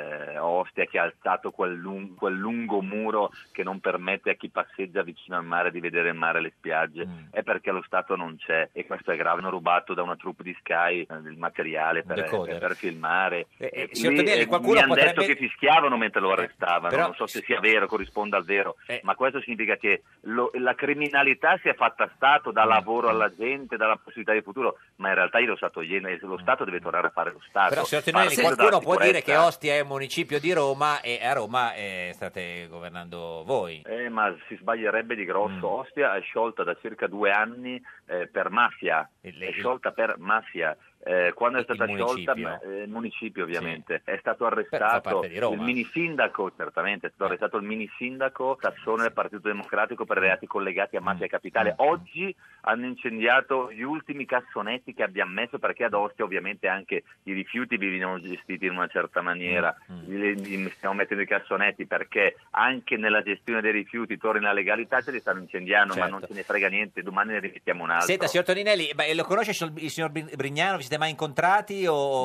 Ostia, che ha alzato quel lungo muro che non permette a chi passeggia vicino al mare di vedere il mare e le spiagge, è perché lo Stato non c'è, e questo è grave. Hanno rubato da una troupe di Sky il materiale per filmare. signor Toninelli, qualcuno mi hanno potrebbe- detto che fischiavano mentre lo arrestavano, però- non so se sia vero, corrisponda al vero, ma questo significa che la criminalità si è fatta Stato, dà lavoro alla gente, dà la possibilità di futuro, ma in realtà io lo sto togliendo e lo Stato deve tornare a fare lo Stato. Però, signor Toninelli, Partendo qualcuno dalla può dire che sicurezza. Ostia è un municipio di Roma e a Roma state governando voi. Ma si sbaglierebbe di grosso. Ostia è sciolta da circa 2 anni per mafia, è sciolta per mafia. Quando è stata sciolta il municipio ovviamente è stato fa arrestato parte di Roma. il mini sindaco, certamente è stato arrestato il mini sindaco Tassone del Partito Democratico per reati collegati a mafia capitale. Oggi hanno incendiato gli ultimi cassonetti che abbiamo messo, perché ad Ostia ovviamente anche i rifiuti venivano gestiti in una certa maniera. Li stiamo mettendo i cassonetti perché anche nella gestione dei rifiuti torni la legalità, ce li stanno incendiando, ma non ce ne frega niente, domani ne rimettiamo un altro. Senta, signor Toninelli, lo conosce il signor Brignano? Vi siete mai incontrati? O...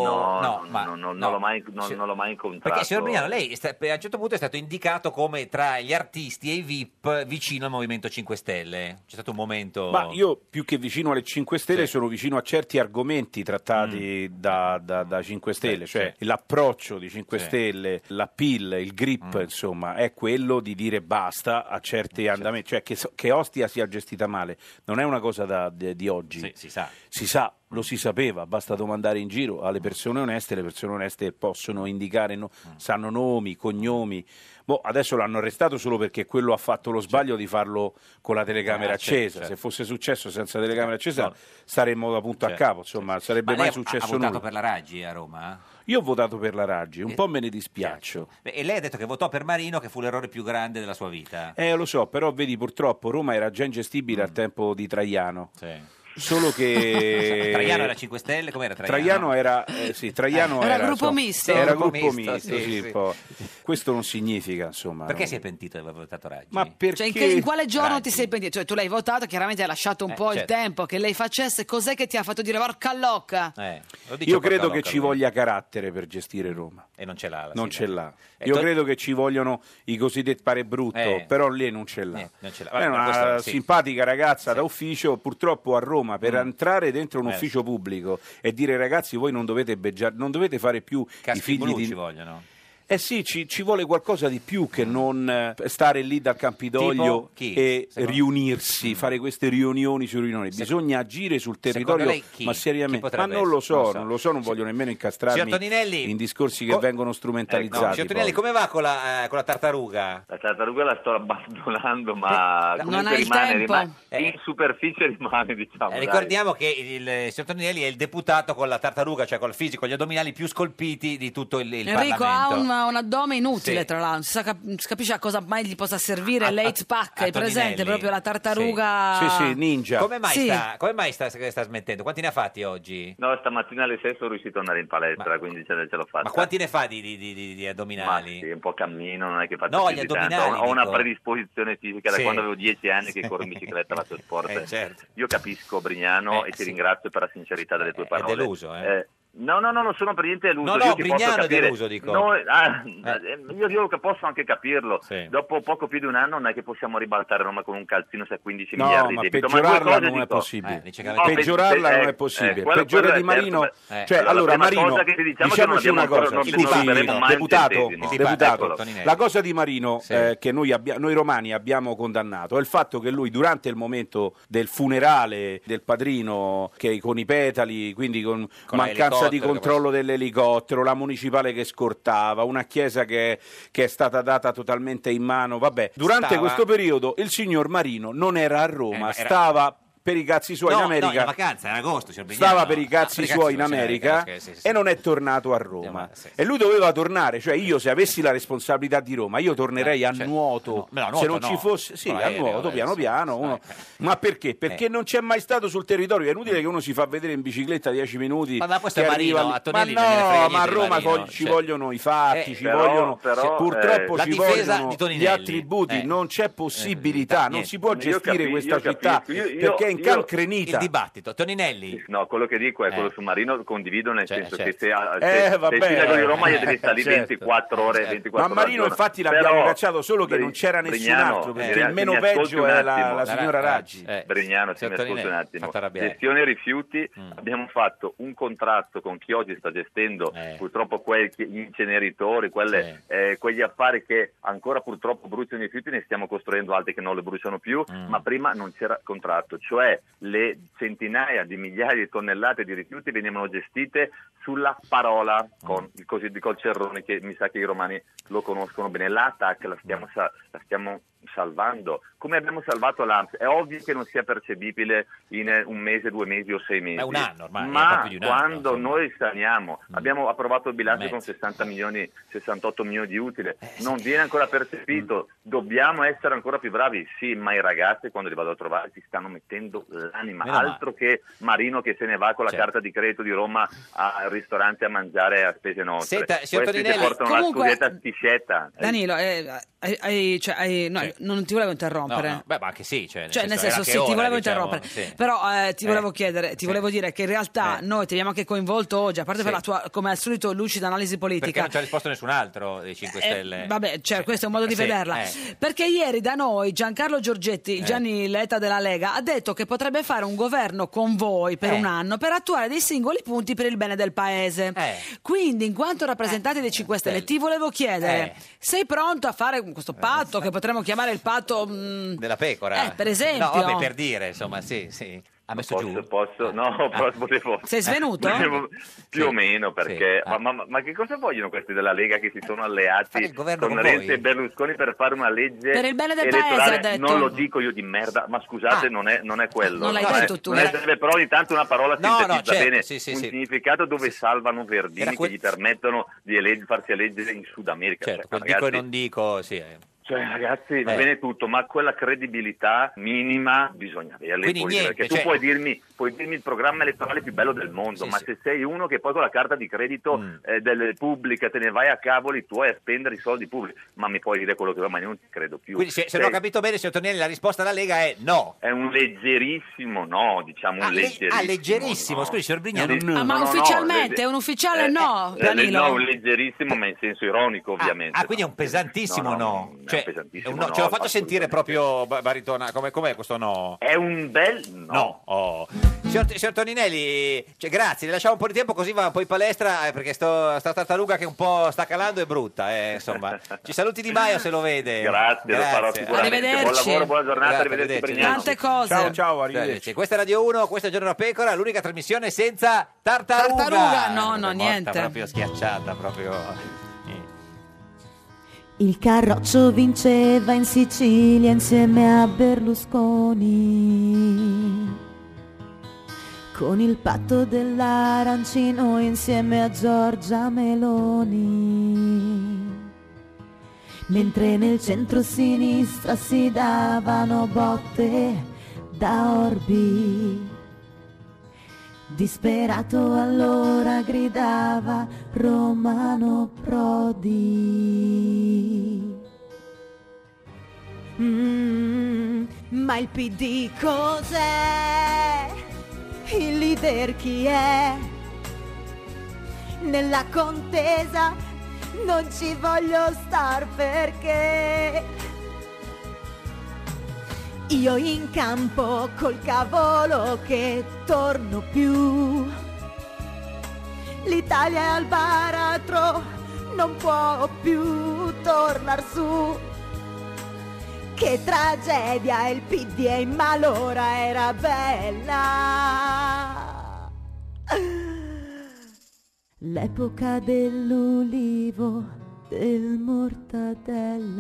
Non l'ho mai incontrato. Perché, signor Brignano, lei a un certo punto è stato indicato come tra gli artisti e i VIP vicino al Movimento 5 Stelle. C'è stato un momento... Ma io, più che vicino alle 5 Stelle, sono vicino a certi argomenti trattati da 5 Stelle, cioè l'approccio di 5 Stelle, l'appeal, il grip, insomma, è quello di dire basta a certi andamenti, cioè che Ostia sia gestita male non è una cosa di oggi. Si sa. Si sa, lo si sapeva, basta domandare in giro alle persone oneste, le persone oneste possono indicare, sanno nomi, cognomi. Adesso l'hanno arrestato solo perché quello ha fatto lo sbaglio di farlo con la telecamera accesa. Se fosse successo senza telecamera accesa saremmo da punto a capo, insomma, sarebbe Ma mai lei successo ha votato nulla. per la Raggi a Roma? Io ho votato per la Raggi, un po' me ne dispiaccio. E lei ha detto che votò per Marino, che fu l'errore più grande della sua vita. Lo so, però vedi, purtroppo Roma era già ingestibile al tempo di Traiano. Solo che Traiano era 5 Stelle? Com'era Traiano? Traiano era Era gruppo misto. Era Gruppo gruppo misto, misto, sì. un po'. Questo non significa, insomma. Perché si è pentito di aver votato Raggi? Ma perché Cioè, in quale giorno ti sei pentito? Cioè, tu l'hai votato, chiaramente hai lasciato un po' il certo. tempo che lei facesse. Cos'è che ti ha fatto dire porca locca? Io credo che ci voglia carattere per gestire Roma. E non ce l'ha. Non ce l'à. Io credo che ci vogliono i cosiddetti pare brutto, però lei non ce l'ha. Non ce l'ha. È una questo sì. simpatica ragazza da ufficio, purtroppo a Roma per entrare dentro un ufficio pubblico e dire ragazzi voi non dovete non dovete fare più i figli blu di... ci vogliono. Eh sì, ci vuole qualcosa di più che non stare lì dal Campidoglio Tipo chi? e Secondo- riunirsi, fare queste riunioni su riunioni. Bisogna agire sul territorio, lei chi? ma seriamente. Chi potrebbe Ma non lo so, essere? non lo so, non voglio nemmeno Signor incastrarmi Toninelli, in discorsi che vengono strumentalizzati. Signor Toninelli, poi. come va con la tartaruga? La tartaruga la sto abbandonando, ma non comunque hai il tempo. in superficie rimane, diciamo. dai. Ricordiamo che il signor Toninelli è il deputato con la tartaruga, cioè col fisico, gli addominali più scolpiti di tutto il Enrico Parlamento. ha un addome inutile, Sì. tra l'altro. Si capisce a cosa mai gli possa servire l'eight pack. Hai presente Toninelli. proprio la tartaruga? Sì, ninja. Come mai, Sì. come mai sta smettendo? Quanti ne ha fatti oggi? No, stamattina alle 6 sono riuscito ad andare in palestra, quindi ce l'ho fatta. Ma quanti ne fa di Ma addominali? sì, un po' cammino, non è che faccio No, più gli di tanto. addominali, Ho una dico. predisposizione fisica da Sì. quando avevo 10 anni che corro in bicicletta, faccio sport. Certo. Io capisco, Brignano, e ti sì. ringrazio per la sincerità delle tue parole. deluso, No, non sono per niente deluso. No, io ti posso Brignano è capire. deluso, dico. Io che posso anche capirlo. Sì. Dopo poco più di un anno non è che possiamo ribaltare Roma con un calzino se ha 15 No, miliardi ma di debito. peggiorarla due cose non è dico. possibile. dice che Peggiorarla non è possibile. quello Peggiore è di Marino, certo. cioè La allora prima Marino, cosa che ti diciamo è che diciamoci non una abbiamo cosa, ancora- non scusi, avremo mai il deputato, centesimo. deputato, Eccolo. Toninelli. la cosa di Marino Sì. che noi romani abbiamo condannato è il fatto che lui durante il momento del funerale del padrino, che con i petali, quindi con mancanza forza di controllo dell'elicottero, la municipale che scortava, una chiesa che è stata data totalmente in mano. Vabbè, durante questo periodo il signor Marino non era a Roma, stava per i cazzi suoi in America. No, in vacanza, in agosto. Stava per i cazzi suoi in America e non è tornato a Roma. E lui doveva tornare, cioè io se avessi la responsabilità di Roma, io tornerei a nuoto. Se non ci fosse, a nuoto, piano piano. Ma perché? Perché non c'è mai stato sul territorio. È inutile che uno si fa vedere in bicicletta 10 minuti. Ma questo è Marino, a Tonelli ma a Roma ci vogliono i fatti, purtroppo ci vogliono gli attributi. Non c'è possibilità, non si può gestire questa città perché è incancrenita. Il dibattito. Toninelli? No, quello che dico è quello su Marino condivido, nel senso che se il sindaco di Roma gli devi stare lì 24 ore. Ma Marino infatti l'abbiamo cacciato solo che non c'era nessun altro, perché il meno peggio è la signora Raggi. Brignano, se mi ascolti un attimo. Gestione rifiuti, abbiamo fatto un contratto con chi oggi sta gestendo purtroppo gli inceneritori, quegli affari che ancora purtroppo bruciano i rifiuti, ne stiamo costruendo altri che non le bruciano più, ma prima non c'era contratto, cioè le centinaia di migliaia di tonnellate di rifiuti venivano gestite sulla parola con il cosiddetto Cerroni, che mi sa che i romani lo conoscono bene. L'ATAC la stiamo salvando, come abbiamo salvato l'ANPS. È ovvio che non sia percepibile in un mese, 2 mesi o 6 mesi, è un anno ormai, ma quando noi saniamo, abbiamo approvato il bilancio con 68 milioni di utile, non viene ancora percepito, dobbiamo essere ancora più bravi. Sì, ma i ragazzi quando li vado a trovare si stanno mettendo l'anima, altro che Marino che se ne va con la carta di credito di Roma al ristorante a mangiare a spese nostre. Senta, signor Toninelli, portano comunque, una scusetta. Danilo, non ti volevo interrompere. No. Beh, ma anche sì, nel senso sì, ti volevo interrompere. Sì. Però ti volevo chiedere, volevo dire che in realtà noi ti abbiamo anche coinvolto oggi, a parte per la tua, come al solito, lucida analisi politica. Perché non ci ha risposto nessun altro dei 5 Stelle. Vabbè, questo è un modo di vederla. Perché ieri da noi Giancarlo Giorgetti, Gianni Letta della Lega, ha detto che potrebbe fare un governo con voi per un anno per attuare dei singoli punti per il bene del paese. Quindi, in quanto rappresentante dei 5 Stelle, ti volevo chiedere, sei pronto a fare questo patto che potremmo chiamare il patto della pecora? Per esempio. No, vabbè, per dire, insomma, sì. Ha messo giù? Potevo. Sei svenuto? Più o meno, perché ma che cosa vogliono questi della Lega che si sono alleati con Renzi e Berlusconi per fare una legge per il bene del elettorale? paese, ha detto. Non lo dico io di merda, ma scusate, non è quello. Non l'hai detto tu. Però ogni tanto una parola sintetizza bene un significato dove salvano Verdini che gli permettono di farsi eleggere in Sud America. Certo, dico e non dico, Cioè, ragazzi, va bene tutto, ma quella credibilità minima bisogna averla. Perché tu puoi dirmi il programma elettorale più bello del mondo, ma se sei uno che poi con la carta di credito delle pubbliche te ne vai a cavoli tuoi a spendere i soldi pubblici, ma mi puoi dire quello che vuoi, ma io non ti credo più. Quindi se non ho capito bene, signor Toninelli, la risposta della Lega è no. È un leggerissimo no, diciamo un leggerissimo. Leggerissimo, no. scusi, signor Brignano. Ma ufficialmente è un ufficiale no, Danilo? No, un leggerissimo, ma in senso ironico, ovviamente. Quindi è un pesantissimo no. Ce l'ho fatto sentire proprio baritona. Com'è questo no? È un bel no. Signor Toninelli, grazie, le lasciamo un po' di tempo così va un po' in palestra perché sta tartaruga che un po' sta calando è brutta, insomma. Ci saluti Di Maio se lo vede. Grazie. Lo farò sicuramente. Arrivederci. Buon lavoro, buona giornata, arrivederci Brignano. Tante cose. Ciao, arrivederci. Questa è Radio 1, questo è Giorno da Pecora, l'unica trasmissione senza tartaruga. No, niente. Proprio schiacciata, proprio. Il Carroccio vinceva in Sicilia insieme a Berlusconi, con il patto dell'arancino insieme a Giorgia Meloni, mentre nel centro-sinistra si davano botte da orbi. Disperato allora gridava Romano Prodi. Ma il PD cos'è? Il leader chi è? Nella contesa non ci voglio star perché io in campo col cavolo che torno più. L'Italia è al baratro, non può più tornar su. Che tragedia, il PD è in malora, era bella. L'epoca dell'ulivo, del mortadella.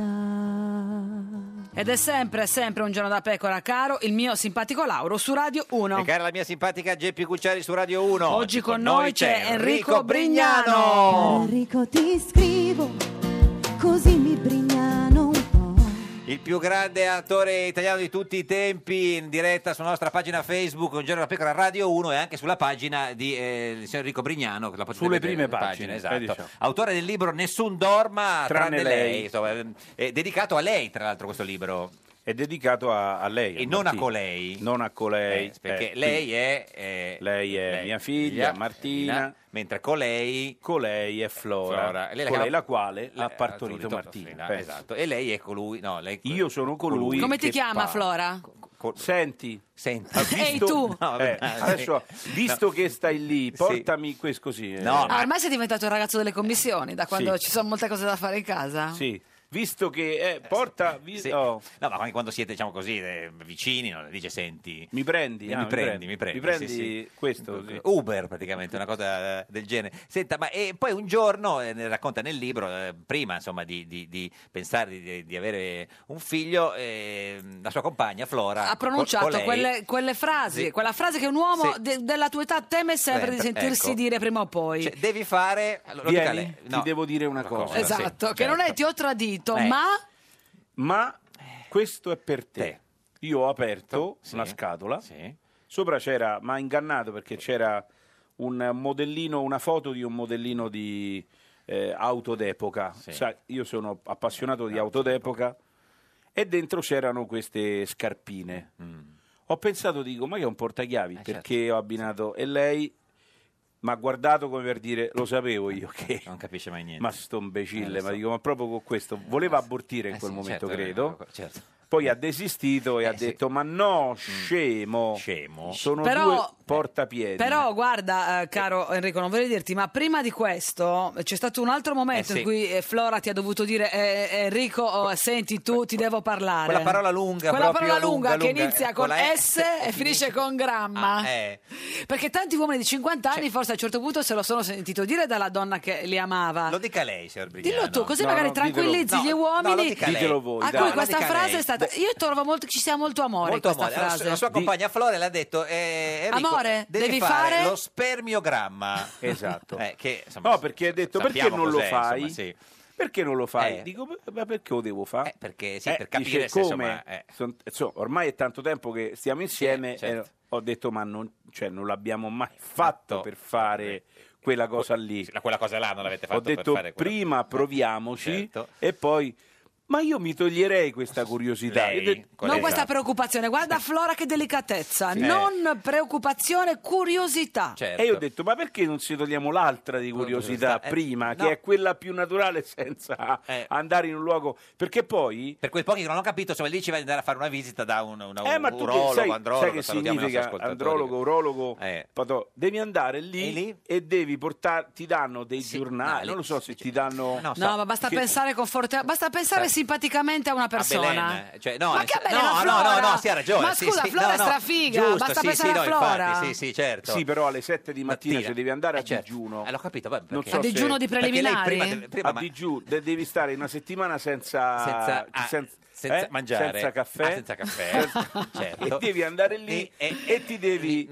Ed è sempre un giorno da pecora, caro il mio simpatico Lauro su Radio 1. E cara la mia simpatica Geppi Cucciari su Radio 1. Oggi con noi c'è Enrico Brignano. Enrico, ti scrivo, così mi brignano un po'. Il più grande attore italiano di tutti i tempi, in diretta sulla nostra pagina Facebook, Un giorno da pecora Radio 1, e anche sulla pagina di il signor Enrico Brignano. Che la potete Sulle vedere prime pagine, esatto. diciamo. Autore del libro Nessun dorma tranne lei. lei. Insomma, è dedicato a lei, tra l'altro, questo libro. È dedicato a lei. E non a colei. Non a colei. Perché lei è mia figlia, Martina. Mentre colei è Flora. Colei la quale l'ha partorito Martina. Esatto. E lei è colui. No, Io sono colui. Come ti che chiama Flora? Senti. Ehi tu! Adesso, visto che stai lì, portami questo così. Ormai sei diventato il ragazzo delle commissioni, da quando Sì. ci sono molte cose da fare in casa. Sì. Visto che porta. Sì. No, ma quando siete, diciamo così, vicini, no? Dice senti. Mi prendi? Mi prendi, sì. Questo. Sì. Uber, praticamente, una cosa del genere. Senta, ma e poi un giorno, ne racconta nel libro, prima insomma di pensare di avere un figlio, la sua compagna Flora Ha pronunciato con lei, quelle frasi, Sì. quella frase che un uomo della tua età teme sempre di sentirsi ecco. dire prima o poi. Cioè, devi fare. Lo dica lei. Ti devo dire una cosa. Esatto, sì, che non è ti ho tradito, ma questo è per te. Io ho aperto una scatola, sopra c'era, ma ingannato perché c'era un modellino, una foto di un modellino di auto d'epoca. Sai, io sono appassionato di auto d'epoca e dentro c'erano queste scarpine. Ho pensato, dico, ma che è un portachiavi? Perché ho abbinato e lei mi ha guardato come per dire, lo sapevo io che non capisce mai niente. Ma sto imbecille, lo so. ma dico, ma proprio con questo voleva abortire in quel momento, certo, credo. certo. Poi ha desistito e ha detto, ma no, scemo. Sono Però- due portapiedi. Però guarda, caro Enrico, non voglio dirti, ma prima di questo c'è stato un altro momento sì. in cui Flora ti ha dovuto dire Enrico, senti tu, ti devo parlare. Quella parola lunga, Quella proprio parola lunga che lunga, inizia con con la S e finisce con gramma. Perché tanti uomini di 50 anni forse a un certo punto se lo sono sentito dire dalla donna che li amava. Lo dica lei, signor Brignano. Dillo tu, così magari tranquillizzi gli uomini Ditelo voi, a dai. cui questa Lo dica frase lei. è stata. Io trovo molto, ci sia molto amore in questa frase. La sua compagna Flora le ha detto Enrico, Amore, devi fare fare lo spermiogramma. Esatto. Che, insomma, No, perché ha detto, perché sappiamo non lo cos'è, fai? insomma, sì. Perché non lo fai? Dico, ma perché lo devo fare? Perché sì, per capire dice, se, come. insomma, Insomma, ormai è tanto tempo che stiamo insieme certo. e ho detto, ma non l'abbiamo mai fatto per fare quella cosa lì. Quella cosa là non l'avete fatto Ho detto, per fare quella- prima proviamoci certo. e poi... Ma io mi toglierei questa curiosità. Non questa preoccupazione, guarda Flora che delicatezza, Sì. non preoccupazione, curiosità. Certo. E io ho detto, ma perché non ci togliamo l'altra di curiosità prima, no. che è quella più naturale senza andare in un luogo... Perché poi... Per quei pochi che non ho capito, insomma, lì ci vai ad andare a fare una visita da un ma tu urologo, sai andrologo, che salutiamo i nostri significa ascoltatori. andrologo, urologo? Devi andare lì e devi portare, ti danno dei giornali, non lo so se ti danno... No, ma basta pensare con basta pensare simpaticamente a una persona. Belen, cioè, no, Ma che bella no, Flora! no, sì, ha ragione. Ma sì, scusa, sì, Flora no, è no, strafiga, giusto, basta sì, pensare sì, a no, Flora. infatti, sì, certo. Sì, però alle 7 di mattina se devi andare a certo. digiuno. L'ho capito, beh, Non perché- so A digiuno se- di perché lei preliminari? prima a digiuno, devi stare una settimana senza mangiare. senza caffè, senza caffè, certo. e devi andare lì e ti devi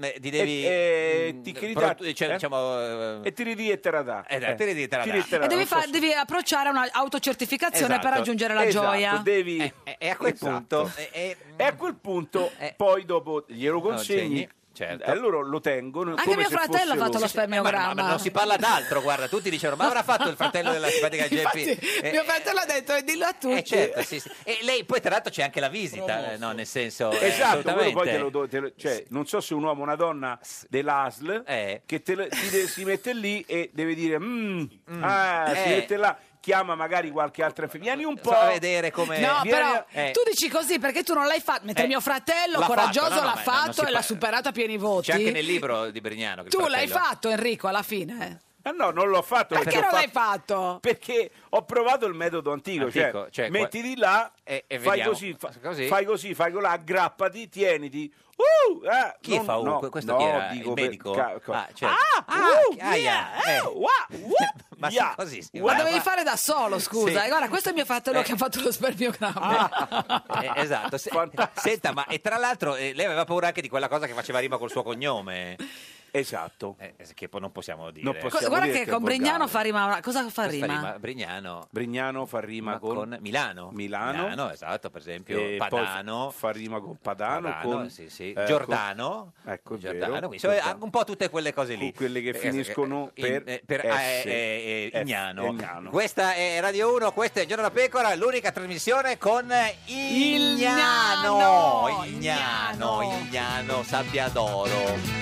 e ti ridi e te la dà. E devi approcciare un'autocertificazione per Esatto, raggiungere la esatto, gioia. devi- E a quel Esatto. punto E a quel punto poi dopo glielo consegni, certo. e loro lo tengono Anche come mio se fratello ha fosse fatto lo loro. spermiogramma. ma non si parla d'altro, guarda, tutti dicevano ma avrà fatto il fratello della simpatica Geppi. Infatti, mio fratello ha detto dillo a tutti. Certo, sì, sì. E lei poi tra l'altro c'è anche la visita, no, nel senso Esatto, quello poi assolutamente. cioè, non so se un uomo o una donna dell'ASL che si mette lì e deve dire si mette là, chiama magari qualche altra vieni un po' a vedere come No, vieni però a- tu dici così perché tu non l'hai fatto, mentre mio fratello l'ha coraggioso fatto, no, l'ha ma non fatto si e l'ha fa- superato a pieni voti. C'è anche nel libro di Brignano che il Tu l'hai fratello- fatto Enrico alla fine. No, non l'ho fatto. Perché non l'hai fatto? Perché ho provato il metodo antico, Antico, cioè cioè, mettiti là, e fai vediamo. così, Così? fai così, fai là, aggrappati, tieniti. Chi fa no, questo? no, Chi era? dico Il per- medico? ca- Certo. Ma sì, così si Ma fa. dovevi fare da solo, scusa. Sì. E guarda, questo è mio fratello che ha fatto lo spermiogramma. Esatto. Senta, ma e tra l'altro lei aveva paura anche di quella cosa che faceva rima col suo cognome. Esatto. Che poi non possiamo dire. Non possiamo Guarda dire che che con è Brignano volgare. fa rima. Cosa fa Questa rima? Brignano fa rima con Milano. Milano. Esatto, per esempio. E Padano. poi fa rima con Padano, con sì. Giordano. Ecco, è Giordano, vero. quindi, insomma, un po' tutte quelle cose lì. Con quelle che finiscono per Ignano. Questa è Radio 1, questa è Giorno da Pecora, l'unica trasmissione con Ignano, Sabbiadoro.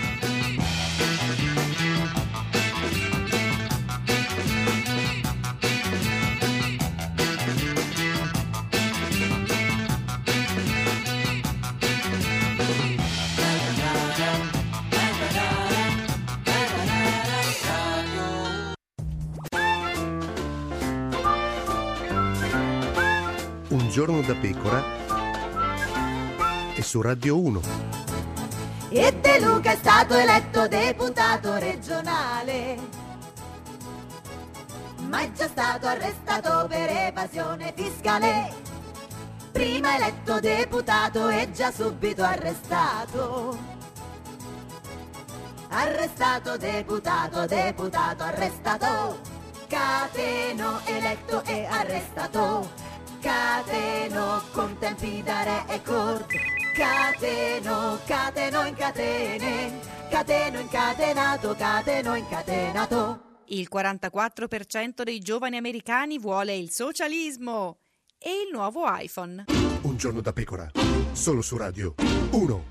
Un giorno da pecora e su Radio 1. E De Luca è stato eletto deputato regionale, ma è già stato arrestato per evasione fiscale. Prima eletto deputato e già subito arrestato. Arrestato, deputato, arrestato. Cateno eletto e arrestato. Cateno con tempi da record. Cateno in catene. Cateno incatenato, cateno incatenato. Il 44% dei giovani americani vuole il socialismo e il nuovo iPhone. Un giorno da pecora, solo su Radio 1.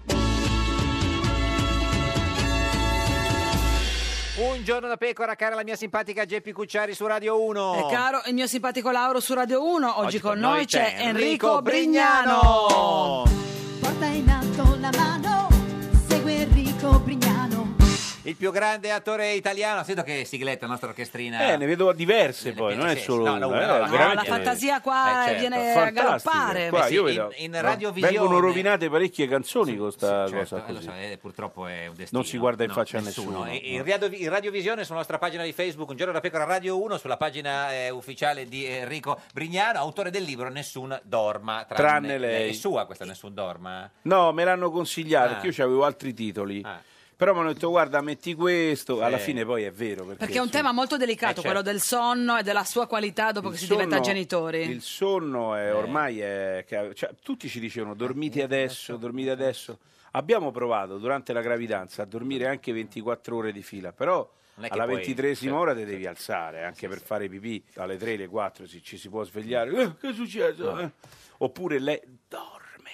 Un giorno da pecora, cara la mia simpatica Geppi Cucciari su Radio 1. E caro il mio simpatico Lauro su Radio 1, oggi con noi c'è Enrico Brignano. Porta in alto la mano, segue Enrico Brignano. Il più grande attore italiano. Sento che sigletta, la nostra orchestrina. Ne vedo diverse poi, non è solo no, una. no, veramente- La fantasia qua certo. viene a Fantastica. galoppare. Qua sì, io vedo, in radiovisione- vengono rovinate parecchie canzoni con sta Certo, cosa lo così. so, purtroppo è un destino. Non si guarda in No, faccia a nessuno. nessuno. In radiovisione sulla nostra pagina di Facebook, Un giorno da pecora Radio 1, sulla pagina ufficiale di Enrico Brignano, autore del libro Nessun dorma. Tranne lei. È sua questa Nessun dorma? No, me l'hanno consigliato, che io avevo altri titoli. Però mi hanno detto guarda, metti questo, alla fine poi è vero. Perché è un tema molto delicato, quello del sonno e della sua qualità dopo che si diventa genitori. Il sonno è ormai tutti ci dicevano dormite adesso, dormite adesso. Abbiamo provato durante la gravidanza a dormire anche 24 ore di fila, però Non è che alla poi- 23esima ora te devi alzare, anche per fare pipì alle 3, alle 4 ci si può svegliare. Che è successo? Oppure lei dorme.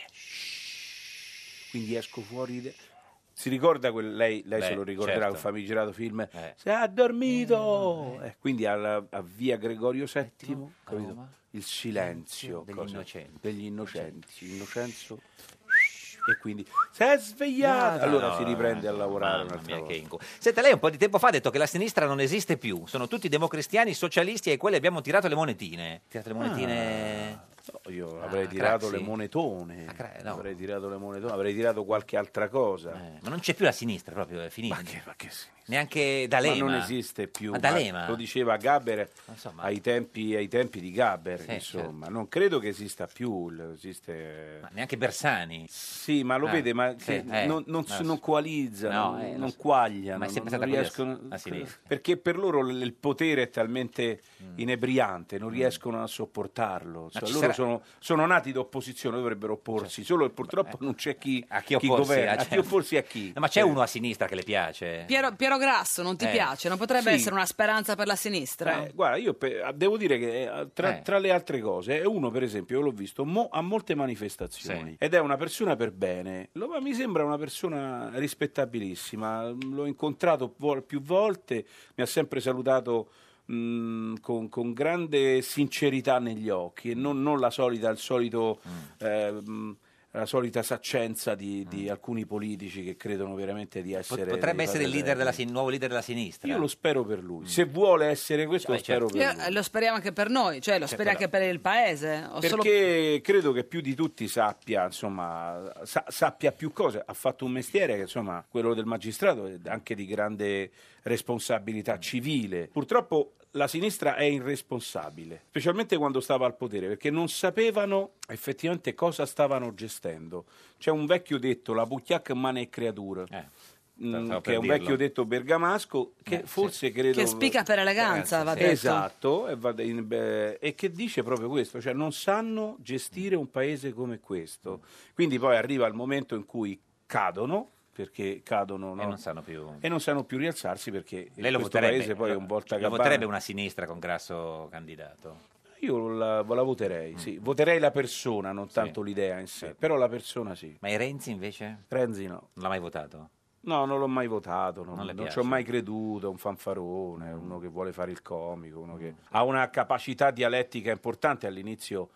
Quindi esco fuori. Si ricorda lei se lo ricorderà, certo. un famigerato film Se ha dormito! Quindi a via Gregorio VII, capito? Il silenzio degli innocenti. Innocenzo. E quindi si è svegliato. Allora si riprende a lavorare un'altra volta. Senta, lei un po' di tempo fa ha detto che la sinistra non esiste più, sono tutti democristiani, socialisti ai quali abbiamo tirato le monetine. Tirate le monetine? No, io avrei tirato Craxi? le monetone. no. Avrei tirato le monetone, avrei tirato qualche altra cosa. Ma non c'è più la sinistra proprio, è finita. Ma che sinistra? Neanche D'Alema. Ma non esiste più. Ma D'Alema? Lo diceva Gaber ai tempi di Gaber, insomma. Non credo che esista più. Esiste... Ma neanche Bersani. Sì, ma lo vede, ma non coalizzano, non quagliano, Ma è sempre non stata riescono. a sinistra. Perché per loro il potere è talmente inebriante, non riescono a sopportarlo. Ma Cioè, ci loro sarà- sono nati d'opposizione, dovrebbero opporsi, solo che purtroppo non c'è chi opporsi, governa. A certo. chi opporsi a chi? Ma c'è uno a sinistra che le piace? Piero Grasso, non ti piace? Non potrebbe Sì. essere una speranza per la sinistra? Guarda, io devo dire che tra le altre cose è uno, per esempio, io l'ho visto a molte manifestazioni ed è una persona per bene. Mi sembra una persona rispettabilissima. L'ho incontrato più volte, mi ha sempre salutato con grande sincerità negli occhi e non il solito la solita saccenza di alcuni politici che credono veramente di essere... Potrebbe essere il leader nuovo leader della sinistra. Io lo spero per lui. Se vuole essere questo, lo spero per lui. Lo speriamo anche per noi, cioè lo speri anche per il paese. Perché credo che più di tutti sappia, insomma, sappia più cose. Ha fatto un mestiere che, insomma, quello del magistrato è anche di grande responsabilità civile. Purtroppo la sinistra è irresponsabile, specialmente quando stava al potere, perché non sapevano effettivamente cosa stavano gestendo. C'è un vecchio detto, la pucchiac mane e creatura, che è un vecchio detto bergamasco, che forse credo... Che spica per eleganza, va detto. Esatto, e che dice proprio questo, cioè non sanno gestire un paese come questo. Quindi poi arriva il momento in cui cadono, perché cadono, no? E non sanno più rialzarsi, perché lei lo questo paese poi è un voltagabbana. Lo voterebbe una sinistra con Grasso candidato? Io la voterei, sì. Voterei la persona, non tanto l'idea in sé, però la persona sì. Ma e Renzi invece? Renzi no. Non l'ha mai votato? No, non l'ho mai votato, Non le non ci piace? ho mai creduto, è un fanfarone, uno che vuole fare il comico, uno che ha una capacità dialettica importante. All'inizio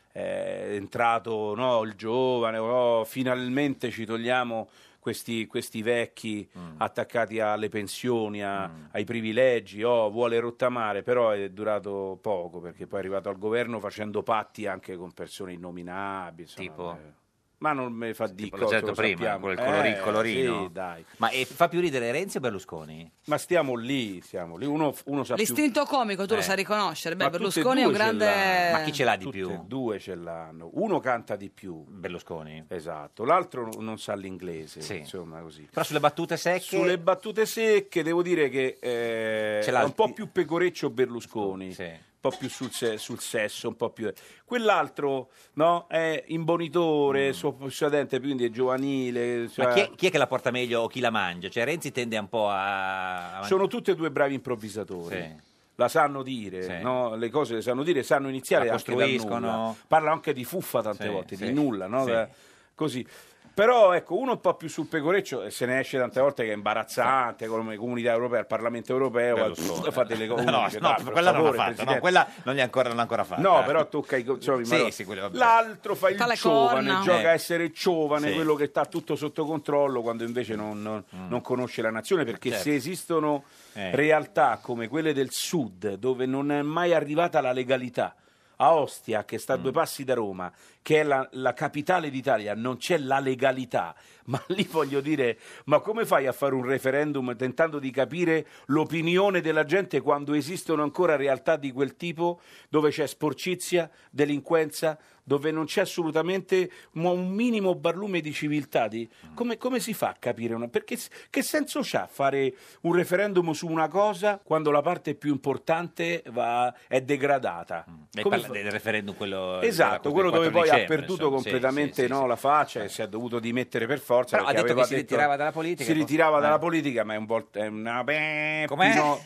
è entrato, no, il giovane, finalmente ci togliamo questi vecchi attaccati alle pensioni, ai privilegi, vuole rottamare, però è durato poco, perché poi è arrivato al governo facendo patti anche con persone innominabili, insomma, Tipo? ma non mi fa di L'ho detto prima, quel colorino. Sì, dai. Ma fa più ridere Renzi o Berlusconi? Ma stiamo lì. Uno sa L'istinto più... comico tu lo sai riconoscere. Beh, Ma tutte e Berlusconi è un due ce grande... l'hanno. Ma chi ce l'ha di Tutte più? e due ce l'hanno. Uno canta di più. Berlusconi. Esatto. L'altro non sa l'inglese, Sì. insomma, così. Però sulle battute secche... Sulle battute secche devo dire che Ce è l'ha un po' più pecoreccio Berlusconi. Sì. Un po' più sul sesso, un po' più... Quell'altro, no, è imbonitore, sodente, quindi è giovanile. Ma cioè... chi è che la porta meglio o chi la mangia? Cioè Renzi tende un po' a... Sono tutti e due bravi improvvisatori. Sì. La sanno dire, Sì. no? Le cose le sanno dire, sanno iniziare La anche da costruiscono. nulla. Parla anche di fuffa tante Sì, volte, sì. di nulla, no? Sì. Così. Però ecco, uno un po' più sul pecoreccio e se ne esce tante volte che è imbarazzante, come Comunità Europea, al Parlamento Europeo, fa delle cose. No, quella non l'ha fatta, no, quella non l'ha ancora fatta. No, però tocca i Sì, quello vabbè. l'altro fa il Fa le giovane, corna. gioca a essere giovane, Sì. quello che sta tutto sotto controllo, quando invece non conosce la nazione, perché Certo. se esistono realtà come quelle del sud, dove non è mai arrivata la legalità, a Ostia, che sta a 2 passi da Roma, che è la capitale d'Italia, non c'è la legalità, ma lì voglio dire, ma come fai a fare un referendum tentando di capire l'opinione della gente quando esistono ancora realtà di quel tipo, dove c'è sporcizia, delinquenza, dove non c'è assolutamente un minimo barlume di civiltà? Come si fa a capire? Perché che senso c'ha fare un referendum su una cosa quando la parte più importante è degradata? Lei parla del referendum quello... Esatto, quello dove poi ha perduto insomma. completamente Sì. la faccia e si è dovuto dimettere per forza. Però ha perché detto aveva che si ritirava dalla politica. Si ritirava dalla politica, ma è una... Com'è?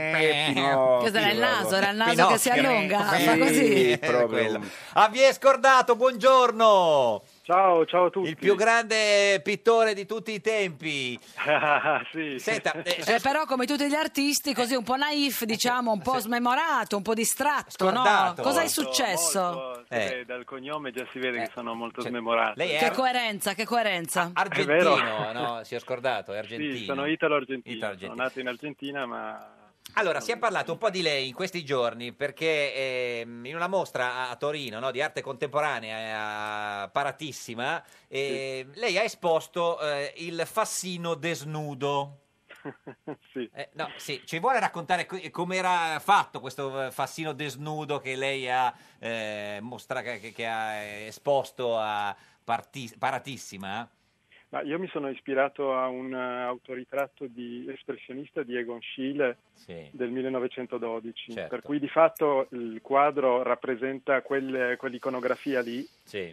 Cos'era il naso? Era il naso che si allunga? Fa così? Sì, Era proprio. quello. Vi è scordato, buongiorno! Ciao a tutti. Il più grande pittore di tutti i tempi. Sì. Senta, Però come tutti gli artisti, così un po' naif, diciamo, un po' smemorato, un po' distratto, Scordato. no? Cosa è Molto, successo? molto. Dal cognome già si vede che sono molto smemorato. lei è Che coerenza, che coerenza. argentino, no? Si è scordato, è argentino. Sì, sono italo-argentino. Italo-argentino. Sono nato in Argentina, ma... Allora, si è parlato un po' di lei in questi giorni perché in una mostra a Torino, no, di arte contemporanea paratissima, lei ha esposto il Fassino desnudo. Sì. No, sì, ci vuole raccontare come era fatto questo Fassino desnudo che lei ha che ha esposto a Paratissima? Ma io mi sono ispirato a un autoritratto di espressionista di Egon Schiele del 1912, Certo. per cui di fatto il quadro rappresenta quell'iconografia lì,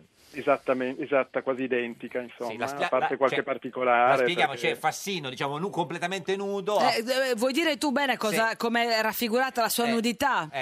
esatta, quasi identica, insomma, a parte qualche particolare. La spieghiamo, perché- c'è Fassino, diciamo, completamente nudo. Vuoi dire tu bene come è raffigurata la sua nudità?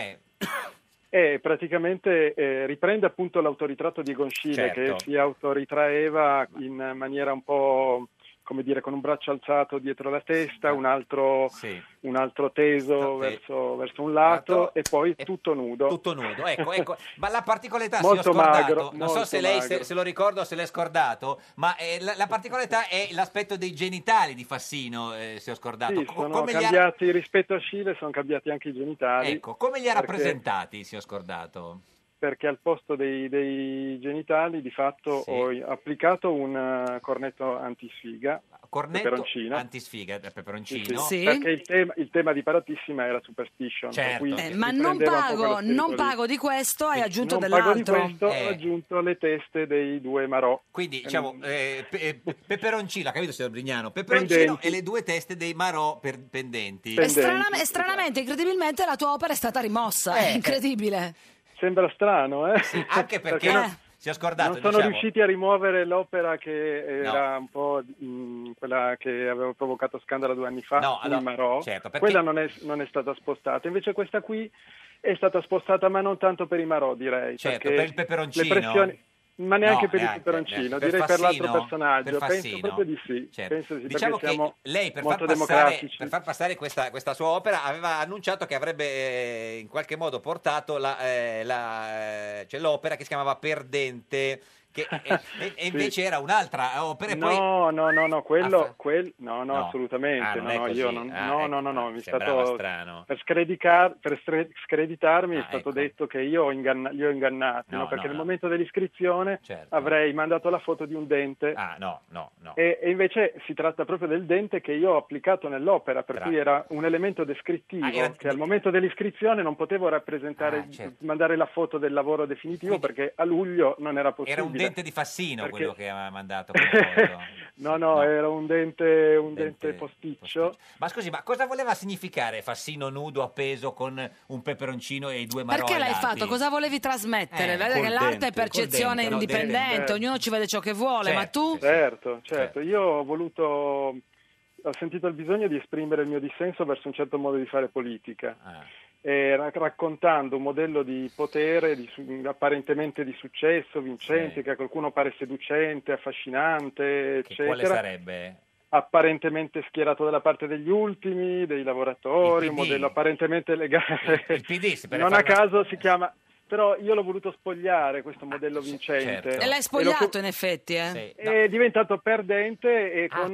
Praticamente riprende appunto l'autoritratto di Egon Schiele, Certo. che si autoritraeva in maniera un po' come dire, con un braccio alzato dietro la testa, un altro teso verso un lato e poi tutto nudo. Tutto nudo, ecco. Ma la particolarità, Molto si ho scordato, magro, non so se lei magro. se lo ricorda o se l'è scordato, ma la particolarità è l'aspetto dei genitali di Fassino, se ho scordato. Sì, sono cambiati rispetto a Sciele, sono cambiati anche i genitali. Ecco, come li ha rappresentati, se ho scordato? Perché al posto dei genitali di fatto ho applicato un cornetto antisfiga, peperoncino. Antisfiga, peperoncino. Sì. Perché il tema di Paratissima era superstition. Certo. Ma non pago di questo, hai aggiunto non pago dell'altro. di questo, ho aggiunto le teste dei 2 Marò. Quindi diciamo peperoncino, ha capito signor Brignano? Peperoncino pendenti. E le 2 teste dei Marò pendenti. E stranamente, incredibilmente la tua opera è stata rimossa, è incredibile. Sembra strano, Sì, anche perché si è scordato. Non sono riusciti a rimuovere l'opera che era un po' quella che aveva provocato scandalo 2 anni fa, Marò. Certo, perché... Quella non è stata spostata, invece questa qui è stata spostata, ma non tanto per i Marò, direi. Certo, per il peperoncino. Le pressioni... Ma neanche per il peperoncino, direi per l'altro personaggio. Penso proprio di sì. Certo. Penso di sì, diciamo perché siamo che lei per far passare questa sua opera aveva annunciato che avrebbe in qualche modo portato l'opera che si chiamava Perdente. E invece era un'altra opera. No, assolutamente. Mi è stato strano. Per screditarmi è stato detto che li ho ingannati, perché nel momento dell'iscrizione avrei mandato la foto di un dente. No. E invece si tratta proprio del dente che io ho applicato nell'opera, per cui era un elemento descrittivo che al momento dell'iscrizione non potevo rappresentare, mandare la foto del lavoro definitivo, perché a luglio non era possibile. Era un dente di Fassino quello che aveva mandato. No, era un dente posticcio. Ma scusi, ma cosa voleva significare Fassino nudo appeso con un peperoncino e i 2 Marò? Perché l'hai fatto? Cosa volevi trasmettere? Vedi che l'arte è percezione indipendente, ognuno ci vede ciò che vuole, ma tu? Certo. Io ho sentito il bisogno di esprimere il mio dissenso verso un certo modo di fare politica. Raccontando un modello di potere apparentemente di successo, vincente, che a qualcuno pare seducente, affascinante, eccetera. Quale sarebbe? Apparentemente schierato dalla parte degli ultimi, dei lavoratori, un modello apparentemente legale. Il PD, non a caso si chiama... Però io l'ho voluto spogliare questo modello vincente. E l'hai spogliato in effetti, È diventato perdente e con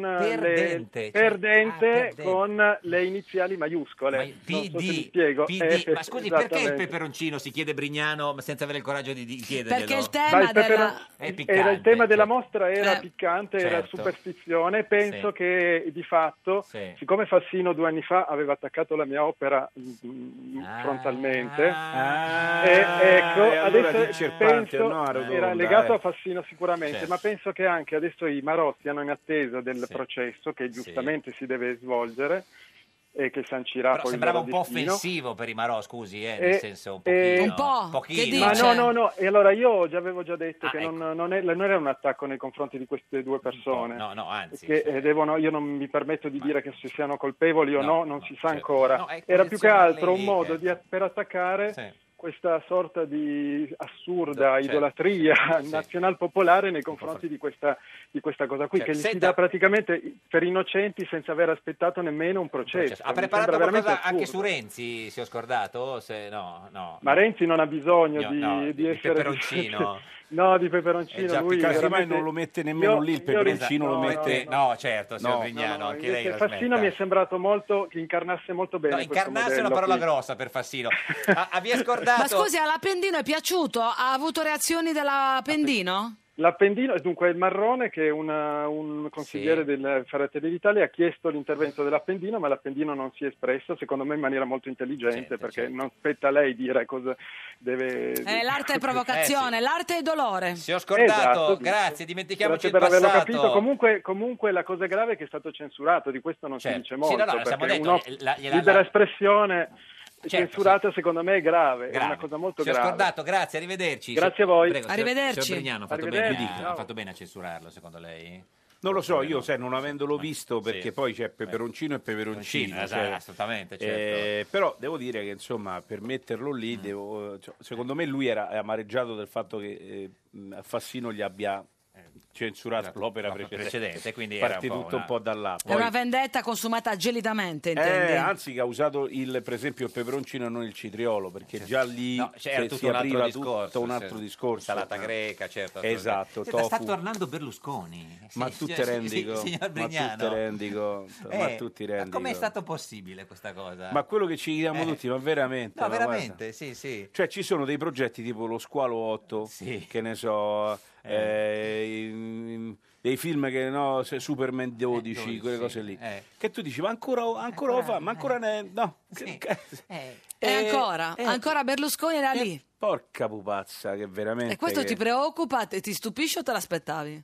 con le iniziali maiuscole. PD, non so se mi spiego. Ma scusi, perché il peperoncino si chiede Brignano senza avere il coraggio di chiederglielo? Perché il tema il tema della mostra era piccante, era superstizione. Penso che di fatto, siccome Fassino 2 anni fa aveva attaccato la mia opera frontalmente, adesso penso era legato a Fassino sicuramente, ma penso che anche adesso i Marò siano in attesa del processo che giustamente si deve svolgere e che sancirà però poi sembrava il un loro po' destino. offensivo per i Marò, scusi, nel senso un pochino. Ma no, e allora io avevo già detto che non era un attacco nei confronti di queste 2 persone. No, anzi. Io non mi permetto di dire che se siano colpevoli o non si sa ancora. Era più che altro un modo per attaccare questa sorta di assurda idolatria nazional-popolare nei confronti di questa cosa qui, che si dà praticamente per innocenti senza aver aspettato nemmeno un processo. Ha preparato qualcosa anche su Renzi, si ho scordato? No. Ma Renzi non ha bisogno di essere... peperoncino. No, di peperoncino. Lui casomai non lo mette nemmeno lì, il peperoncino lo mette... No, certo, signor Brignano, anche lei lo Fassino mi è sembrato molto che incarnasse molto bene incarnasse è una parola grossa per Fassino. Vi è scordato... Ma scusi, all'Appendino è piaciuto? Ha avuto reazioni dell'Appendino? L'Appendino, dunque il Marrone, che è un consigliere del Fratelli d'Italia, ha chiesto l'intervento dell'Appendino, ma l'Appendino non si è espresso, secondo me in maniera molto intelligente, perché non spetta a lei dire cosa deve... l'arte è provocazione, l'arte è dolore. Si ho scordato, grazie, dimentichiamoci il passato. Grazie per averlo capito. Comunque la cosa grave è che è stato censurato, di questo non si dice molto, perché libera espressione... censurata secondo me è grave, è una cosa molto grave. Si è scordato, grazie, arrivederci. Grazie a voi. Prego, arrivederci. Signor Brignano, ha fatto bene a censurarlo, secondo lei? Non lo so, io non avendolo visto, perché poi c'è peperoncino e peperoncino. Assolutamente, certo. Però devo dire che insomma per metterlo lì, secondo me lui era amareggiato del fatto che a Fassino gli abbia censurato l'opera precedente, quindi parte era tutto un po' da là. È una vendetta consumata gelidamente, intendi? Anzi, che ha usato per esempio il peperoncino e non il citriolo, perché già lì c'era tutto un altro discorso, un altro discorso. Salata greca, certo. Esatto, Sta tofu. tornando Berlusconi. Ma tu te rendi conto? Signor Brignano. Ma tu ti rendi com'è conto? stato possibile questa cosa? Ma quello che ci chiediamo tutti, ma veramente? No, ma veramente, guarda. sì. Cioè ci sono dei progetti tipo lo Squalo 8, che ne so, dei film che Superman 12, quelle cose lì. Che tu dici, ma ancora lo fa, ma ancora no. E ancora Berlusconi era lì. Porca pupazza, che veramente. E questo ti preoccupa, ti stupisce o te l'aspettavi?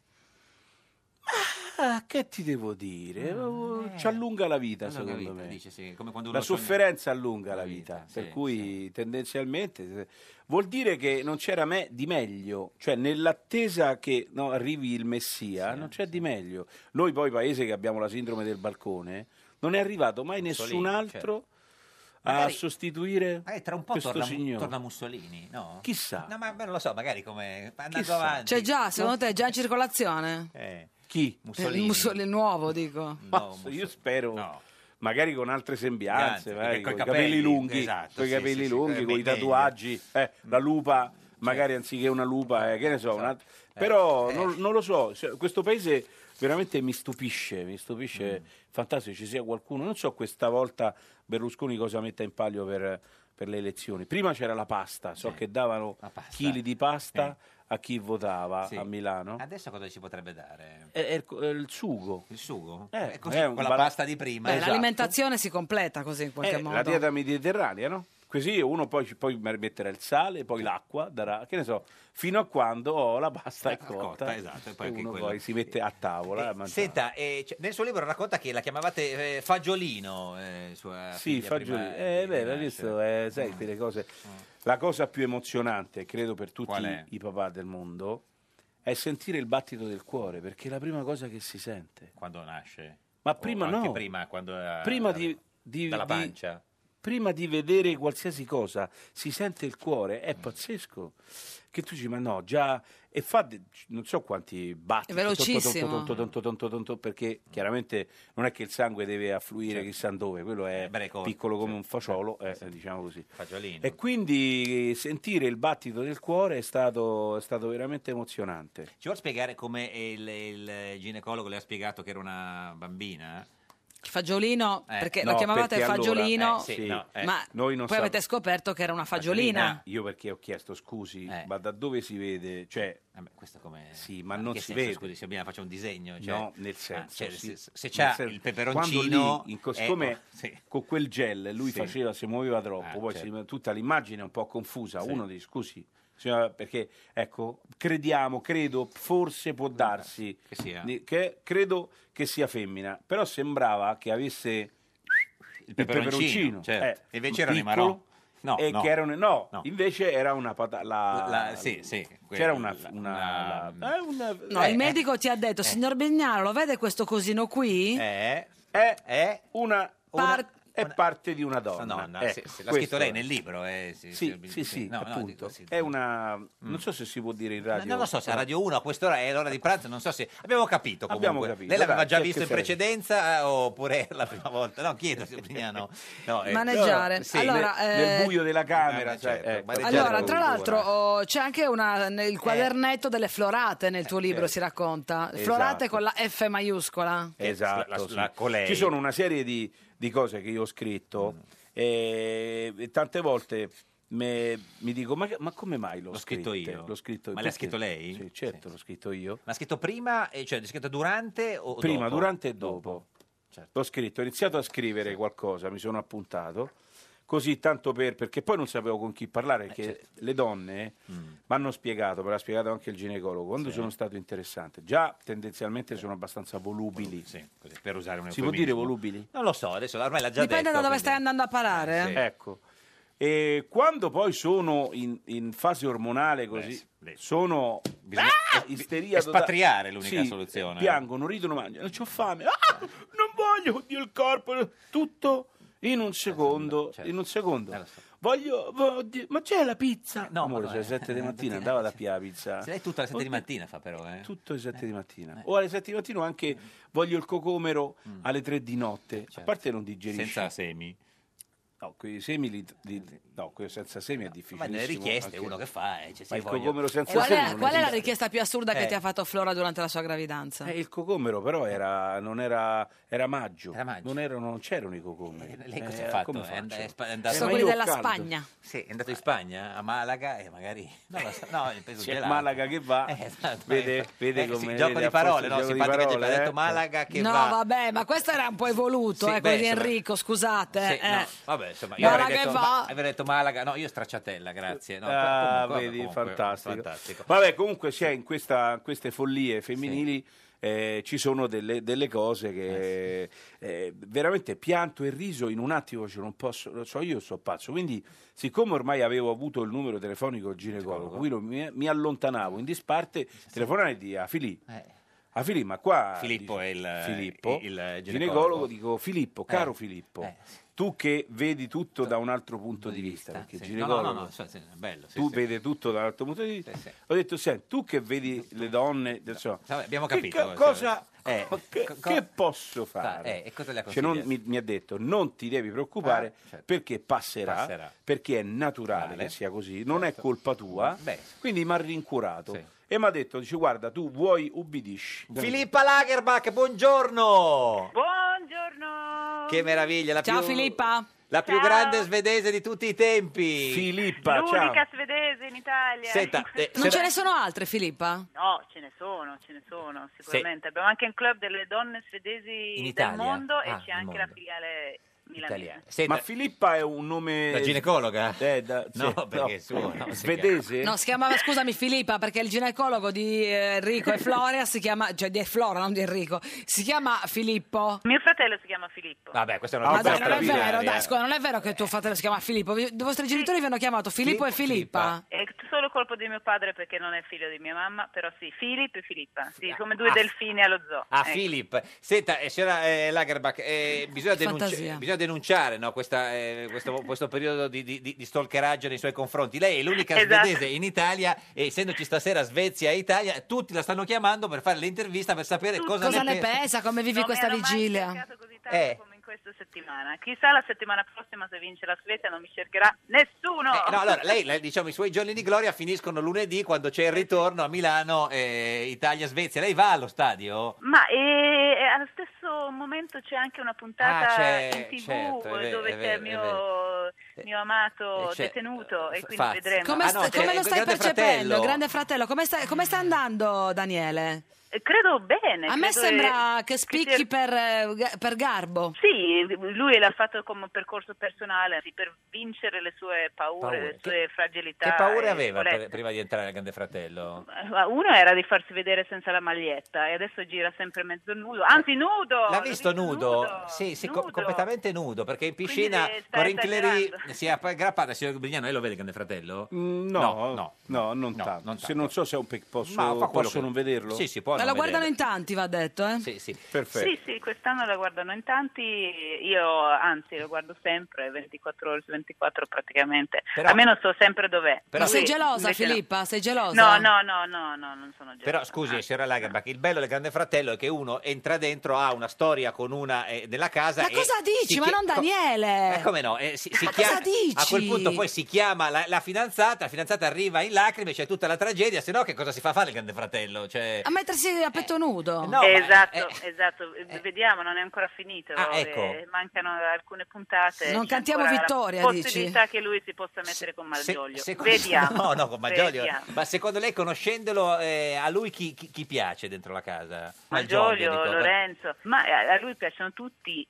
Che ti devo dire? Ci allunga la vita, secondo me. Dice, come quando La sofferenza allunga la vita, per cui tendenzialmente vuol dire che non c'era di meglio, cioè nell'attesa che arrivi il Messia non c'è di meglio. Noi poi paese che abbiamo la sindrome del balcone, non è arrivato mai nessun altro a sostituire tra un po' questo signore. Torna Mussolini, no? Chissà. No, ma non lo so, magari come andando avanti. C'è già, secondo te, è già in circolazione? Chi? Mussolini. Il nuovo, dico. Io spero. Magari con altre sembianze, Gigante, con i coi capelli lunghi, esatto, con i capelli sì, lunghi, con i meglio. tatuaggi, la lupa, magari anziché una lupa, che ne so, però non lo so, questo paese veramente mi stupisce fantastico ci sia qualcuno, non so questa volta Berlusconi cosa metta in palio per le elezioni. Prima c'era la pasta, che davano chili di pasta a chi votava a Milano. Adesso cosa ci potrebbe dare? È il sugo. Il sugo? È così, con la pasta di prima. Esatto. L'alimentazione si completa così in qualche modo. La dieta mediterranea, no? Così uno poi metterà il sale, poi l'acqua, darà, che ne so, fino a quando la pasta è cotta. Esatto, e poi uno poi si mette a tavola a mangiare. Senta, nel suo libro racconta che la chiamavate Fagiolino, sua Sì, Fagiolino. L'hai visto, senti le cose. La cosa più emozionante, credo, per tutti i papà del mondo è sentire il battito del cuore, perché è la prima cosa che si sente. Quando nasce? Ma prima no. Prima, quando dalla pancia? Prima di vedere qualsiasi cosa si sente il cuore, è pazzesco. Che tu dici, ma no, già... E fa non so quanti battiti. È velocissimo. Tonto, perché chiaramente non è che il sangue deve affluire chissà dove, quello è piccolo come un fagiolo, diciamo così. Fagiolino. E quindi sentire il battito del cuore è stato veramente emozionante. Ci vuol spiegare come il ginecologo le ha spiegato che era una bambina? Fagiolino, perché lo chiamavate Fagiolino, ma noi non poi avete scoperto che era una fagiolina. Io perché ho chiesto scusi, ma da dove si vede? Cioè, questo come... Sì, ma non si senso, vede. Scusi, se abbiamo faccio un disegno. No, nel senso, se c'ha il peperoncino... Siccome con quel gel lui si muoveva troppo, poi tutta l'immagine è un po' confusa. Uno dice, scusi, perché credo, forse può darsi credo che sia femmina, però sembrava che avesse il peperoncino, certo. Invece era piccolo, Marò. Che era invece era una patata. C'era il medico ti ha detto, signor Bignano, lo vede questo cosino qui? È parte di una donna. L'ha scritto lei nel libro. Sì, appunto. È una... Non so se si può dire in radio. Non lo so, se a Radio 1 a quest'ora è l'ora di pranzo, non so se... Abbiamo capito comunque. Abbiamo capito. Lei l'aveva già visto in precedenza oppure la prima volta? No, chiedo, signor Brignano. Maneggiare. Allora, nel buio della camera. Allora, tra l'altro c'è anche il quadernetto delle florate nel tuo libro, si racconta. Florate con la F maiuscola. Esatto. Con lei. Ci sono una serie di cose che io ho scritto e tante volte mi dico ma come mai l'ho scritto io? L'ho scritto ma l'ha scritto lei? Sì, certo, l'ho scritto io. L'ha scritto prima, cioè l'ha scritto durante o prima, dopo? Durante e dopo. Certo. L'ho scritto, ho iniziato a scrivere qualcosa, mi sono appuntato così tanto perché poi non sapevo con chi parlare, perché le donne mi hanno spiegato, me l'ha spiegato anche il ginecologo, quando sono stato interessante, già tendenzialmente sono abbastanza volubili. Così, per usare un si può dire volubili? Non lo so, adesso ormai l'ha già Dipende detto. da dove stai andando a parare. Ecco, e quando poi sono in fase ormonale così, sono isteria espatriare l'unica soluzione. Piangono, ridono, mangiano, c'ho fame, non voglio, oddio il corpo, tutto in un secondo, ma c'è la pizza? No, amore, ma c'è le 7 di mattina, andava da più la pizza. Se lei tutto alle 7 di mattina fa però, Tutto alle 7 di mattina. O alle 7 di mattina o anche voglio il cocomero alle 3 di notte. A parte non digerisci. Senza semi. No, quei semi no, quello senza semi è difficile. Ma nelle richieste uno che fa, ma il cocomero senza Qual semi è, non qual è la esiste. richiesta più assurda che ti ha fatto Flora durante la sua gravidanza? Il cocomero però era maggio. Non c'erano i cocomeri. Lei cosa ha fatto? Come È faccio? andato Sono quelli della Spagna. Sì, è andato in Spagna, a Malaga e magari... No, penso C'è gelato. Malaga che va, Esatto, vede come... sì, gioco di parole, no? Simpaticamente ha detto Malaga che No, va... vabbè, ma questo era un po' evoluto, Sì, quello beh, di insomma- Enrico, scusate. Sì, no, vabbè, insomma, io Malaga avrei detto, che va. avrei detto Malaga, no, io stracciatella, grazie. No, Vedi, fantastico. Vabbè, comunque c'è in queste follie femminili ci sono delle cose che veramente pianto e riso in un attimo, non posso, lo so, io sono pazzo, quindi siccome ormai avevo avuto il numero telefonico del ginecologo, quindi mi allontanavo in disparte, telefonare di a Filippo. A Filippo, ma qua Filippo è il ginecologo, ginecologo. dico Filippo, caro Filippo, tu che vedi tutto da un altro punto di vista, perché il ginecologo No, bello. tu vedi tutto da un altro punto di vista. Ho detto, senti, tu che vedi le donne, abbiamo capito. Che posso fare? E cosa le ha Cioè, non, consigliato? mi ha detto, non ti devi preoccupare certo. perché passerà, perché è naturale che sia così, non è colpa tua. Quindi mi ha rincurato. E mi ha detto, dice, guarda, tu vuoi ubbidisci. Filippa Lagerbach, buongiorno! Buongiorno! Che meraviglia! Ciao Filippa! La più grande svedese di tutti i tempi! Filippa, L'unica svedese in Italia. Senta, Non ce ne sono altre, Filippa? No, ce ne sono, sicuramente. Abbiamo anche un club delle donne svedesi In del Italia? mondo e Ah, c'è del anche la mondo. filiale milanese. Ma Filippa è un nome... Da ginecologa? No, perché è suo, no, svedese? No, si chiamava, scusami Filippa, perché il ginecologo di Enrico e Floria si chiama, cioè di Flora, non di Enrico, si chiama Filippo. Mio fratello si chiama Filippo. Vabbè, questa è una Ma dai, non è straordinaria. vero, dai, scusa, non è vero che tuo fratello si chiama Filippo. I vostri genitori vi hanno chiamato Filippo e Filippa. È solo colpo di mio padre perché non è figlio di mia mamma, però sì, Filippo e Filippa, sì, come due delfini allo zoo. Ecco. Filippo. Senta, signora Lagerbach, bisogna, Fantasia. bisogna denunciare, no, questo periodo di stalkeraggio nei suoi confronti. Lei è l'unica Esatto. svedese in Italia e essendoci stasera Svezia e Italia, tutti la stanno chiamando per fare l'intervista per sapere cosa ne pensa, come vivi Non questa mi hanno mai vigilia? cercato così tanto come in questa settimana. Chissà la settimana prossima se vince la Svezia non mi cercherà nessuno. No, allora, lei, diciamo, i suoi giorni di gloria finiscono lunedì quando c'è il ritorno a Milano, Italia-Svezia. Lei va allo stadio? Ma allo stesso momento c'è anche una puntata in TV certo, è dove vero, c'è è mio amato c'è- detenuto e quindi Fazio. vedremo. Come, Ah, no, c'è come lo il stai Grande percependo, Fratello. Grande Fratello? Come sta andando, Daniele? Credo bene. A me credo sembra che spicchi per garbo. Sì, lui l'ha fatto come un percorso personale per vincere le sue paure, le sue fragilità. Che paure e aveva debolezze. prima di entrare nel Grande Fratello? Uno era di farsi vedere senza la maglietta e adesso gira sempre mezzo nudo, anzi nudo! L'ha visto nudo? nudo, Sì, nudo. completamente nudo, perché in piscina Quindi con sta Rincleri esagerando. si è aggrappata. Signor Brignano, lei lo vede il Grande Fratello? No, non tanto. Se non so se è un posso, Ma fa quello posso che- non vederlo? Sì, si può Ma non lo guardano vedere. in tanti, va detto, eh? Sì. Perfetto. Sì, quest'anno la guardano in tanti, io anzi lo guardo sempre, 24 ore su 24 praticamente, almeno so sempre dov'è. Ma sei Lui gelosa, invece no. Filippa? Sei gelosa? No, non sono gelosa. Però scusi, signora Lagerbach, il bello del Grande Fratello è che uno entra dentro, ha una storia con una della casa. Ma e cosa dici? Ma non Daniele! Come no? Si Ma chiama, cosa dici? a quel punto poi si chiama la fidanzata arriva in lacrime, c'è tutta la tragedia, se no che cosa si fa fare il Grande Fratello? Cioè... A mettersi a petto nudo? no, Esatto, vediamo, non è ancora finito, ecco. mancano alcune puntate. Non c'è cantiamo ancora vittoria, la dici? possibilità che lui si possa mettere con Malgioglio. Secondo- Vediamo. No, con Malgioglio. Vediamo. Ma secondo lei, conoscendolo, a lui chi piace dentro la casa? Malgioglio, dico. Lorenzo, ma a lui piacciono tutti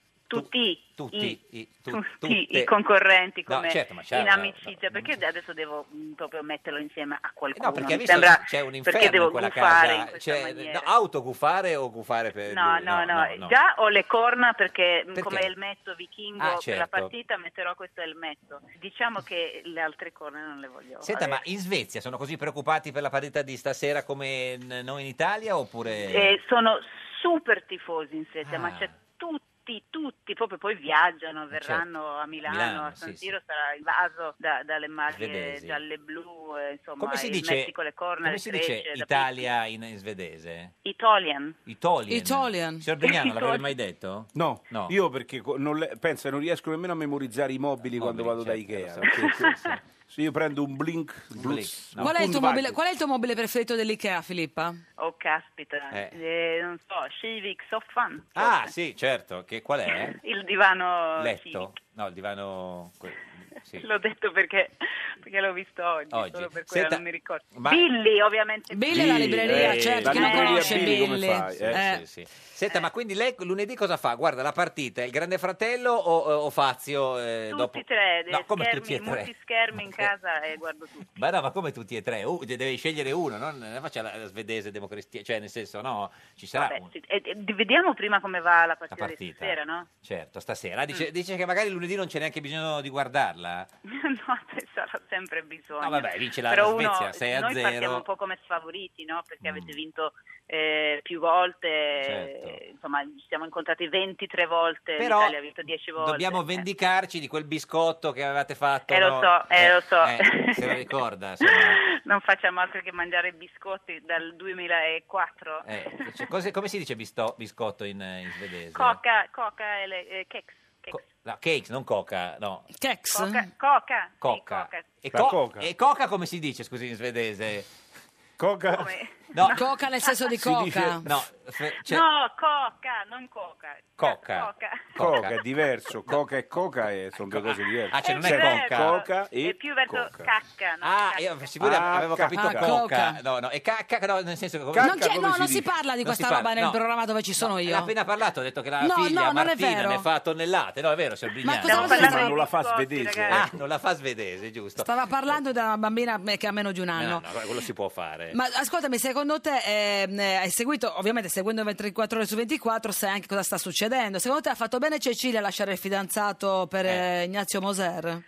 tutte. i concorrenti No, come certo, ma c'è in una- amicizia, perché adesso devo proprio metterlo insieme a qualcuno. No, perché ha Mi visto sembra c'è un perché inferno devo in quella gufare in casa. questa Cioè, maniera. autogufare o gufare per No, lui? no, già ho le corna perché Perché? come elmetto vichingo Ah, per la certo. partita metterò questo elmetto. Diciamo che le altre corna non le voglio. Senta, avere. ma in Svezia sono così preoccupati per la partita di stasera come noi in Italia oppure... Sono super tifosi in Svezia, ma c'è tutti tutti, proprio poi viaggiano, verranno a Milano, a San Siro sarà invaso dalle maglie Svedesi. gialle blu, insomma, Come si il dice, Messico le corna, come le si dice trecce, da Italia in svedese? Italian. Italian. Signor Brignano, l'avrebbe mai detto? No, No. io perché pensa, non riesco nemmeno a memorizzare i mobili quando vado da Ikea. perché se io prendo un Blink, Blues, Qual è il tuo mobile preferito dell'Ikea, Filippa? Oh, caspita, non so, Civic Soffan. Ah, sì, certo. Qual è? Il divano Letto? Civic. No, il divano... Sì. L'ho detto perché l'ho visto oggi. Solo per quello Senta, non mi ricordo. ma- Billy, ovviamente. Billy è la libreria, certo, la chi non libreria conosce Billy, come Billy? fai? Sì. Senta, ma quindi lei lunedì cosa fa? Guarda la partita, il Grande Fratello o Fazio? Dopo... Tutti e tre, No, come tutti e tre? multischermi in casa e guardo tutti. Ma no, ma come tutti e tre? Devi scegliere uno, non faccia la svedese democristiana, cioè nel senso no, ci sarà Vabbè, uno. sì. Vediamo prima come va la partita, di partita. stasera, no? Certo, stasera. Ah, dice che magari lunedì non c'è neanche bisogno di guardarla. No, sarà sempre bisogno. No, vabbè, vince la Però Svezia 6-0. Noi partiamo un po' come sfavoriti, no? Perché avete vinto più volte, Certo. insomma, ci siamo incontrati 23 volte, Però l'Italia ha vinto 10 volte. Dobbiamo vendicarci di quel biscotto che avevate fatto. Lo no? so. Se lo ricorda. Insomma. Non facciamo altro che mangiare biscotti dal 2004. Come si dice biscotto in svedese? Coca e Kex. No, cakes, non coca, no. Kex? Coca. Coca. Sì, Coca. E coca come si dice, scusi, in svedese? Coca? No. Coca nel senso di Si coca. dice- no, No, coca, non coca. Coca. Coca è diverso, coca e coca sono due cose diverse. Ah, cioè non è C'è coca. Coca È e più verso coca. cacca, no? Ah, io avevo capito cacca. coca. No, e cacca, no, nel senso che Non si parla di questa roba nel programma dove ci sono io. Ha appena parlato, ha detto che la No, figlia no, non è Martina vero. ne fa tonnellate. No, è vero, signor Brignano. Ma cosa Sì, ma non la fa svedese. Non la fa svedese, giusto. Stava parlando da una bambina che ha meno di un anno. No, quello si può fare. Ma ascoltami, secondo te hai seguito, ovviamente seguendo 24 ore su 24, sai anche cosa sta succedendo. Secondo te ha fatto bene Cecilia a lasciare il fidanzato per Ignazio Moser?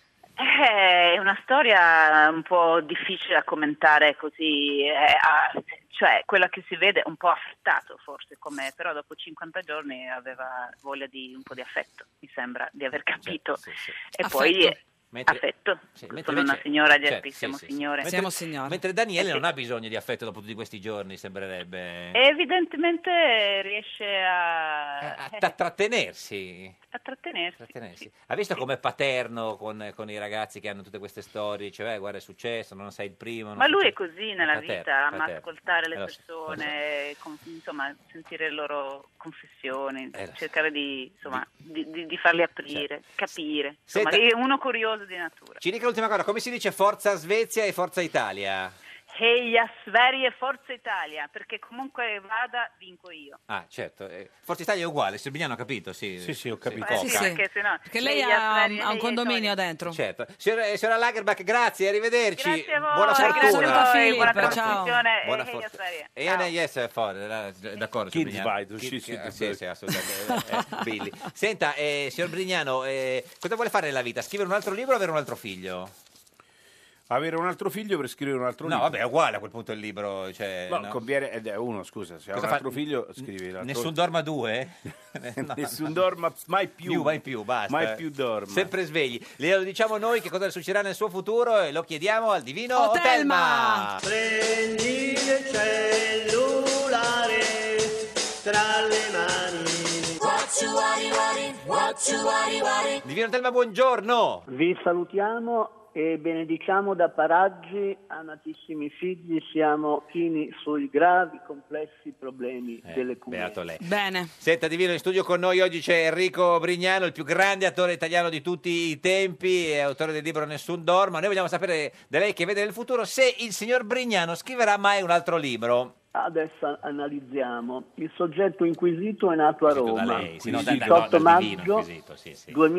È una storia un po' difficile da commentare così, cioè quella che si vede un po' affrettato forse com'è, però dopo 50 giorni aveva voglia di un po' di affetto, mi sembra di aver capito. E Affetto. poi affetto, mentre sono una invece- signora, certo, siamo sì. signore. Mentre Daniele non ha bisogno di affetto dopo tutti questi giorni, sembrerebbe. Evidentemente riesce a Trattenersi. trattenersi. Ha visto com'è paterno con i ragazzi che hanno tutte queste storie? Dice, guarda, è successo, non sei il primo. Ma lui è succede. così nella paterno, vita, ama paterno. ascoltare le Lo so, persone, insomma, sentire le loro confessioni, cercare di farli aprire, capire. Insomma, Senta- è uno curioso di natura. Ci dica l'ultima cosa, come si dice Forza Svezia e Forza Italia? Heia Sverige, Forza Italia, perché comunque vada vinco io. Ah, certo. Forza Italia è uguale, Silviano ha capito, sì. Sì, ho capito. Perché sennò Perché lei Heia Sverige, ha un Heia condominio Italia. dentro. Certo. Signora Lagerbach, grazie, arrivederci. Grazie a voi, Buona grazie fortuna. a voi, Filippo, buona ciao. trasmissione, Buona Heia fortuna. Sverige. E yes, d'accordo. Kids signor Brignano. Bite, Sì, assolutamente. Billy. Senta, signor Brignano, cosa vuole fare nella vita? Scrivere un altro libro o avere un altro figlio? Avere un altro figlio per scrivere un altro No, libro. vabbè, è uguale a quel punto il libro. Cioè, No, no? conviene, ed è uno, scusa, se ha Cosa un fa? altro figlio scrivi l'altro. Nessun dorma due? No, Nessun dorma mai più. Mai più, basta. Mai più dorma. Sempre svegli. Glielo diciamo noi che cosa succederà nel suo futuro e lo chiediamo al divino Otelma. Otelma. Prendi il cellulare tra le mani. Divino Otelma, buongiorno. Vi salutiamo e benediciamo da Paraggi, amatissimi figli, siamo chini sui gravi, complessi problemi delle cure. Beato lei. Bene. Senta, Divino, in studio con noi oggi c'è Enrico Brignano, il più grande attore italiano di tutti i tempi, è autore del libro Nessun dorma. Noi vogliamo sapere da lei che vede nel futuro se il signor Brignano scriverà mai un altro libro. Adesso analizziamo. Il soggetto inquisito è nato a Inquisito da Roma lei, sì, il no, dal 18 divino maggio inquisito, sì.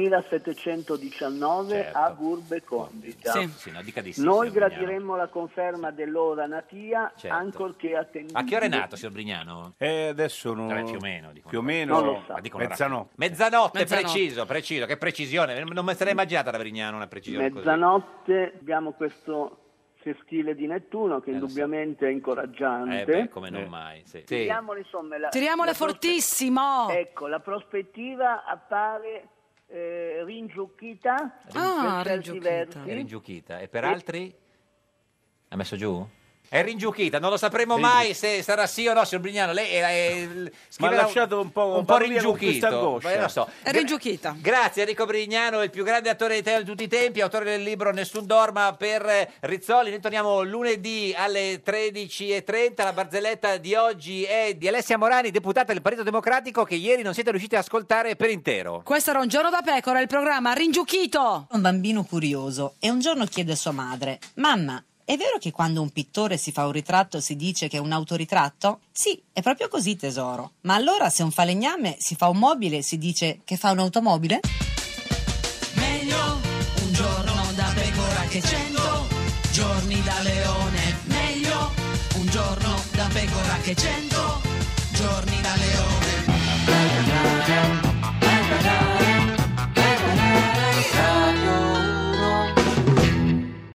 2719 Certo. a Burbe Condita. Sì, no, dica di sì, Noi signor Brignano. gradiremmo la conferma dell'ora natia, Certo. ancorché attendibile. A che ora è nato, signor Brignano? Adesso non... Vabbè, più o meno. Dico. Più o meno Non lo sa. Ma dico una mezzanotte. Mezzanotte, preciso, che precisione. Non me sarei immaginata da Brignano una precisione così. Mezzanotte abbiamo questo sestile di Nettuno, che indubbiamente è incoraggiante. Come non mai. Sì. Tiriamole, insomma, Tiriamole fortissimo! Ecco, la prospettiva appare ringiucchita per certi versi. È ringiucchita. E per altri? Ha messo giù? È ringiucchita, non lo sapremo mai se sarà sì o no, signor Brignano. Lei mi ha lasciato un po' ringiuchito. Lo so. È ringiuchita. Grazie Enrico Brignano, il più grande attore di teatro di tutti i tempi, autore del libro Nessun dorma per Rizzoli. Noi torniamo lunedì alle 13:30. La barzelletta di oggi è di Alessia Morani, deputata del Partito Democratico, che ieri non siete riusciti ad ascoltare per intero. Questo era Un giorno da pecora, il programma Ringiuchito. Un bambino curioso e un giorno chiede a sua madre: mamma, è vero che quando un pittore si fa un ritratto si dice che è un autoritratto? Sì, è proprio così, tesoro. Ma allora se un falegname si fa un mobile si dice che fa un'automobile? Meglio un giorno da pecora che 100 giorni da leone. Meglio un giorno da pecora che 100 giorni da leone.